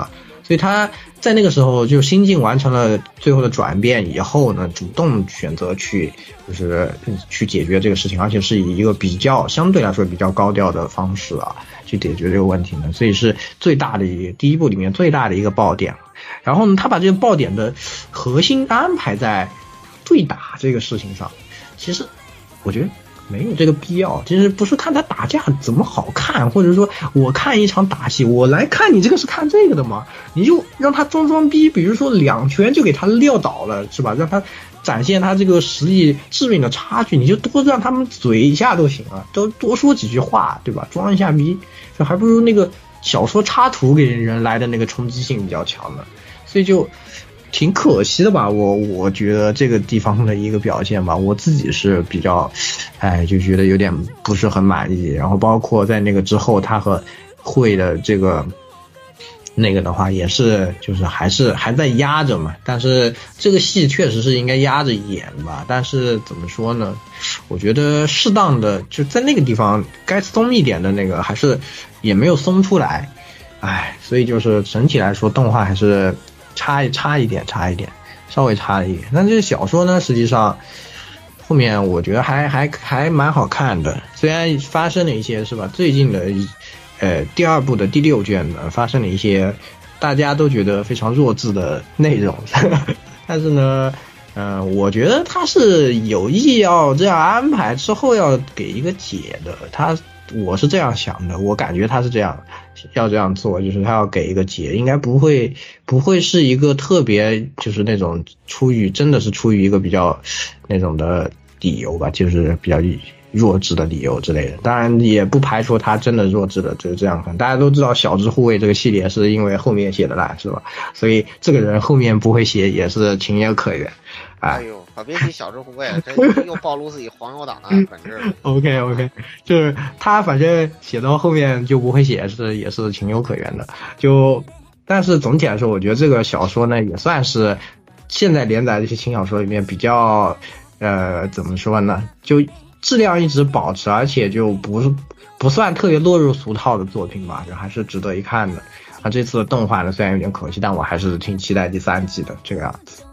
所以他在那个时候就心境完成了最后的转变以后呢，主动选择去解决这个事情，而且是以一个比较相对来说比较高调的方式啊去解决这个问题呢，所以是最大的第一部里面最大的一个爆点。然后呢，他把这个爆点的核心安排在对打这个事情上，其实我觉得没有这个必要。其实不是看他打架怎么好看，或者说我看一场打戏，我来看你这个是看这个的吗？你就让他装逼，比如说2拳就给他撂倒了，是吧？让他展现他这个实力致命的差距，你就多让他们嘴一下都行啊，都多说几句话，对吧？装一下逼，这还不如那个小说插图给人来的那个冲击性比较强的，所以就挺可惜的吧。我觉得这个地方的一个表现吧，我自己是比较就觉得有点不是很满意。然后包括在那个之后他和会的这个那个的话也是就是还在压着嘛，但是这个戏确实是应该压着演吧，但是怎么说呢，我觉得适当的就在那个地方该松一点的那个还是也没有松出来，所以就是整体来说动画还是差一点，稍微差一点。但这小说呢，实际上后面我觉得还蛮好看的，虽然发生了一些是吧，最近的第2部的第6卷呢发生了一些大家都觉得非常弱智的内容但是呢我觉得他是有意要这样安排之后要给一个解的，我是这样想的，我感觉他是这样要这样做，就是他要给一个解，应该不会是一个特别就是那种真的是出于一个比较那种的理由吧，就是比较弱智的理由之类的。当然也不排除他真的弱智的，就是这样看。大家都知道小智护卫这个系列是因为后面写的烂，是吧？所以这个人后面不会写也是情有可原。 哎呦，可别提小智护卫了，这又暴露自己黄油党的本质了。 OK， 就是他反正写到后面就不会写，也是情有可原的。但是总体来说，我觉得这个小说呢，也算是现在连载这些轻小说里面比较怎么说呢，就质量一直保持，而且就不算特别落入俗套的作品吧，就还是值得一看的。这次的动画呢虽然有点可惜，但我还是挺期待第3季的这个样子。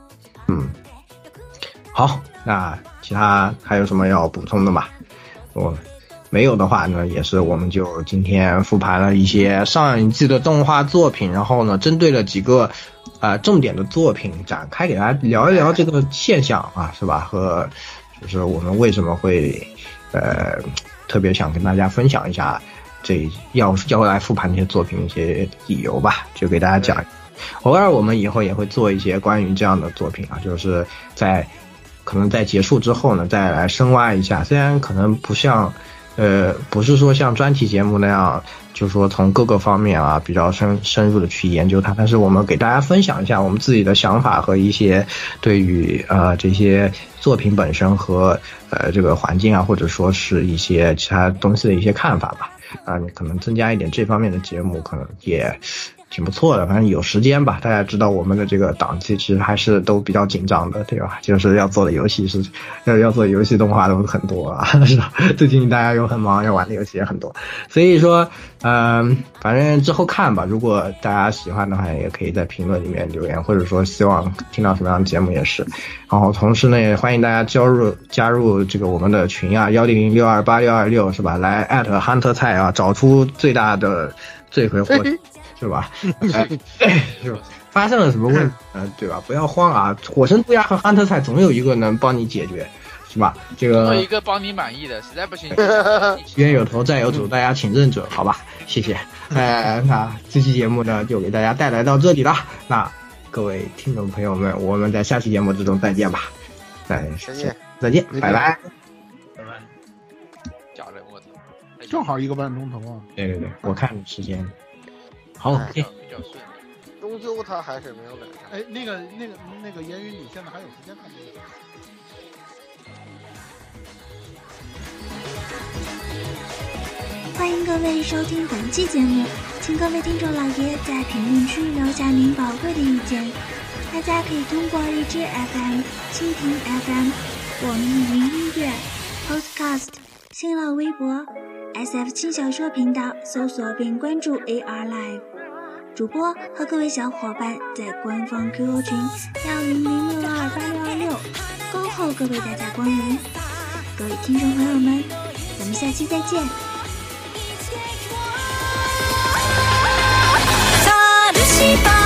好，那其他还有什么要补充的吗？没有的话呢，也是我们就今天复盘了一些上一季的动画作品，然后呢针对了几个重点的作品展开给大家聊一聊这个现象啊，是吧？和就是我们为什么会特别想跟大家分享一下这要来复盘这些作品一些理由吧，就给大家讲。偶尔我们以后也会做一些关于这样的作品啊，就是可能在结束之后呢再来深挖一下，虽然可能不是说像专题节目那样就是说从各个方面啊比较深入的去研究它，但是我们给大家分享一下我们自己的想法和一些对于这些作品本身和这个环境啊，或者说是一些其他东西的一些看法吧。你可能增加一点这方面的节目可能也挺不错的，反正有时间吧。大家知道我们的这个档期其实还是都比较紧张的，对吧？就是要做的游戏要做游戏动画都很多啊，是吧？最近大家又很忙，要玩的游戏也很多，所以说反正之后看吧。如果大家喜欢的话，也可以在评论里面留言，或者说希望听到什么样的节目也是。然后同时呢，也欢迎大家加入这个我们的群啊，1006286626是吧？来@hunter菜啊，找出最大的罪魁祸首。是吧？是吧？发生了什么问题对吧？不要慌啊！火神涂鸦和憨特菜总有一个能帮你解决，是吧？这个有一个帮你满意的，实在不行， 冤有头债有主，大家请认准，好吧？谢谢。那这期节目呢，就给大家带来到这里了。那各位听众朋友们，我们在下期节目之中再见吧。再见，拜拜。 假的，我操！ 正好1个半钟头啊！ 对，我看时间。好， 比较顺利。 终究他还是没有赶上。 哎，那个言语，你现在还有时间看这个？ 欢迎各位收听本期节目，请各位听众老爷在评论区留下您宝贵的意见。大家可以通过荔枝 FM、蜻蜓 FM、网易云音乐、Podcast、新浪微博、SF 轻小说频道搜索并关注 AR Live。 主播和各位小伙伴在官方 QQ 群10062866恭候各位大驾光临。各位听众朋友们，咱们下期再见。寂しい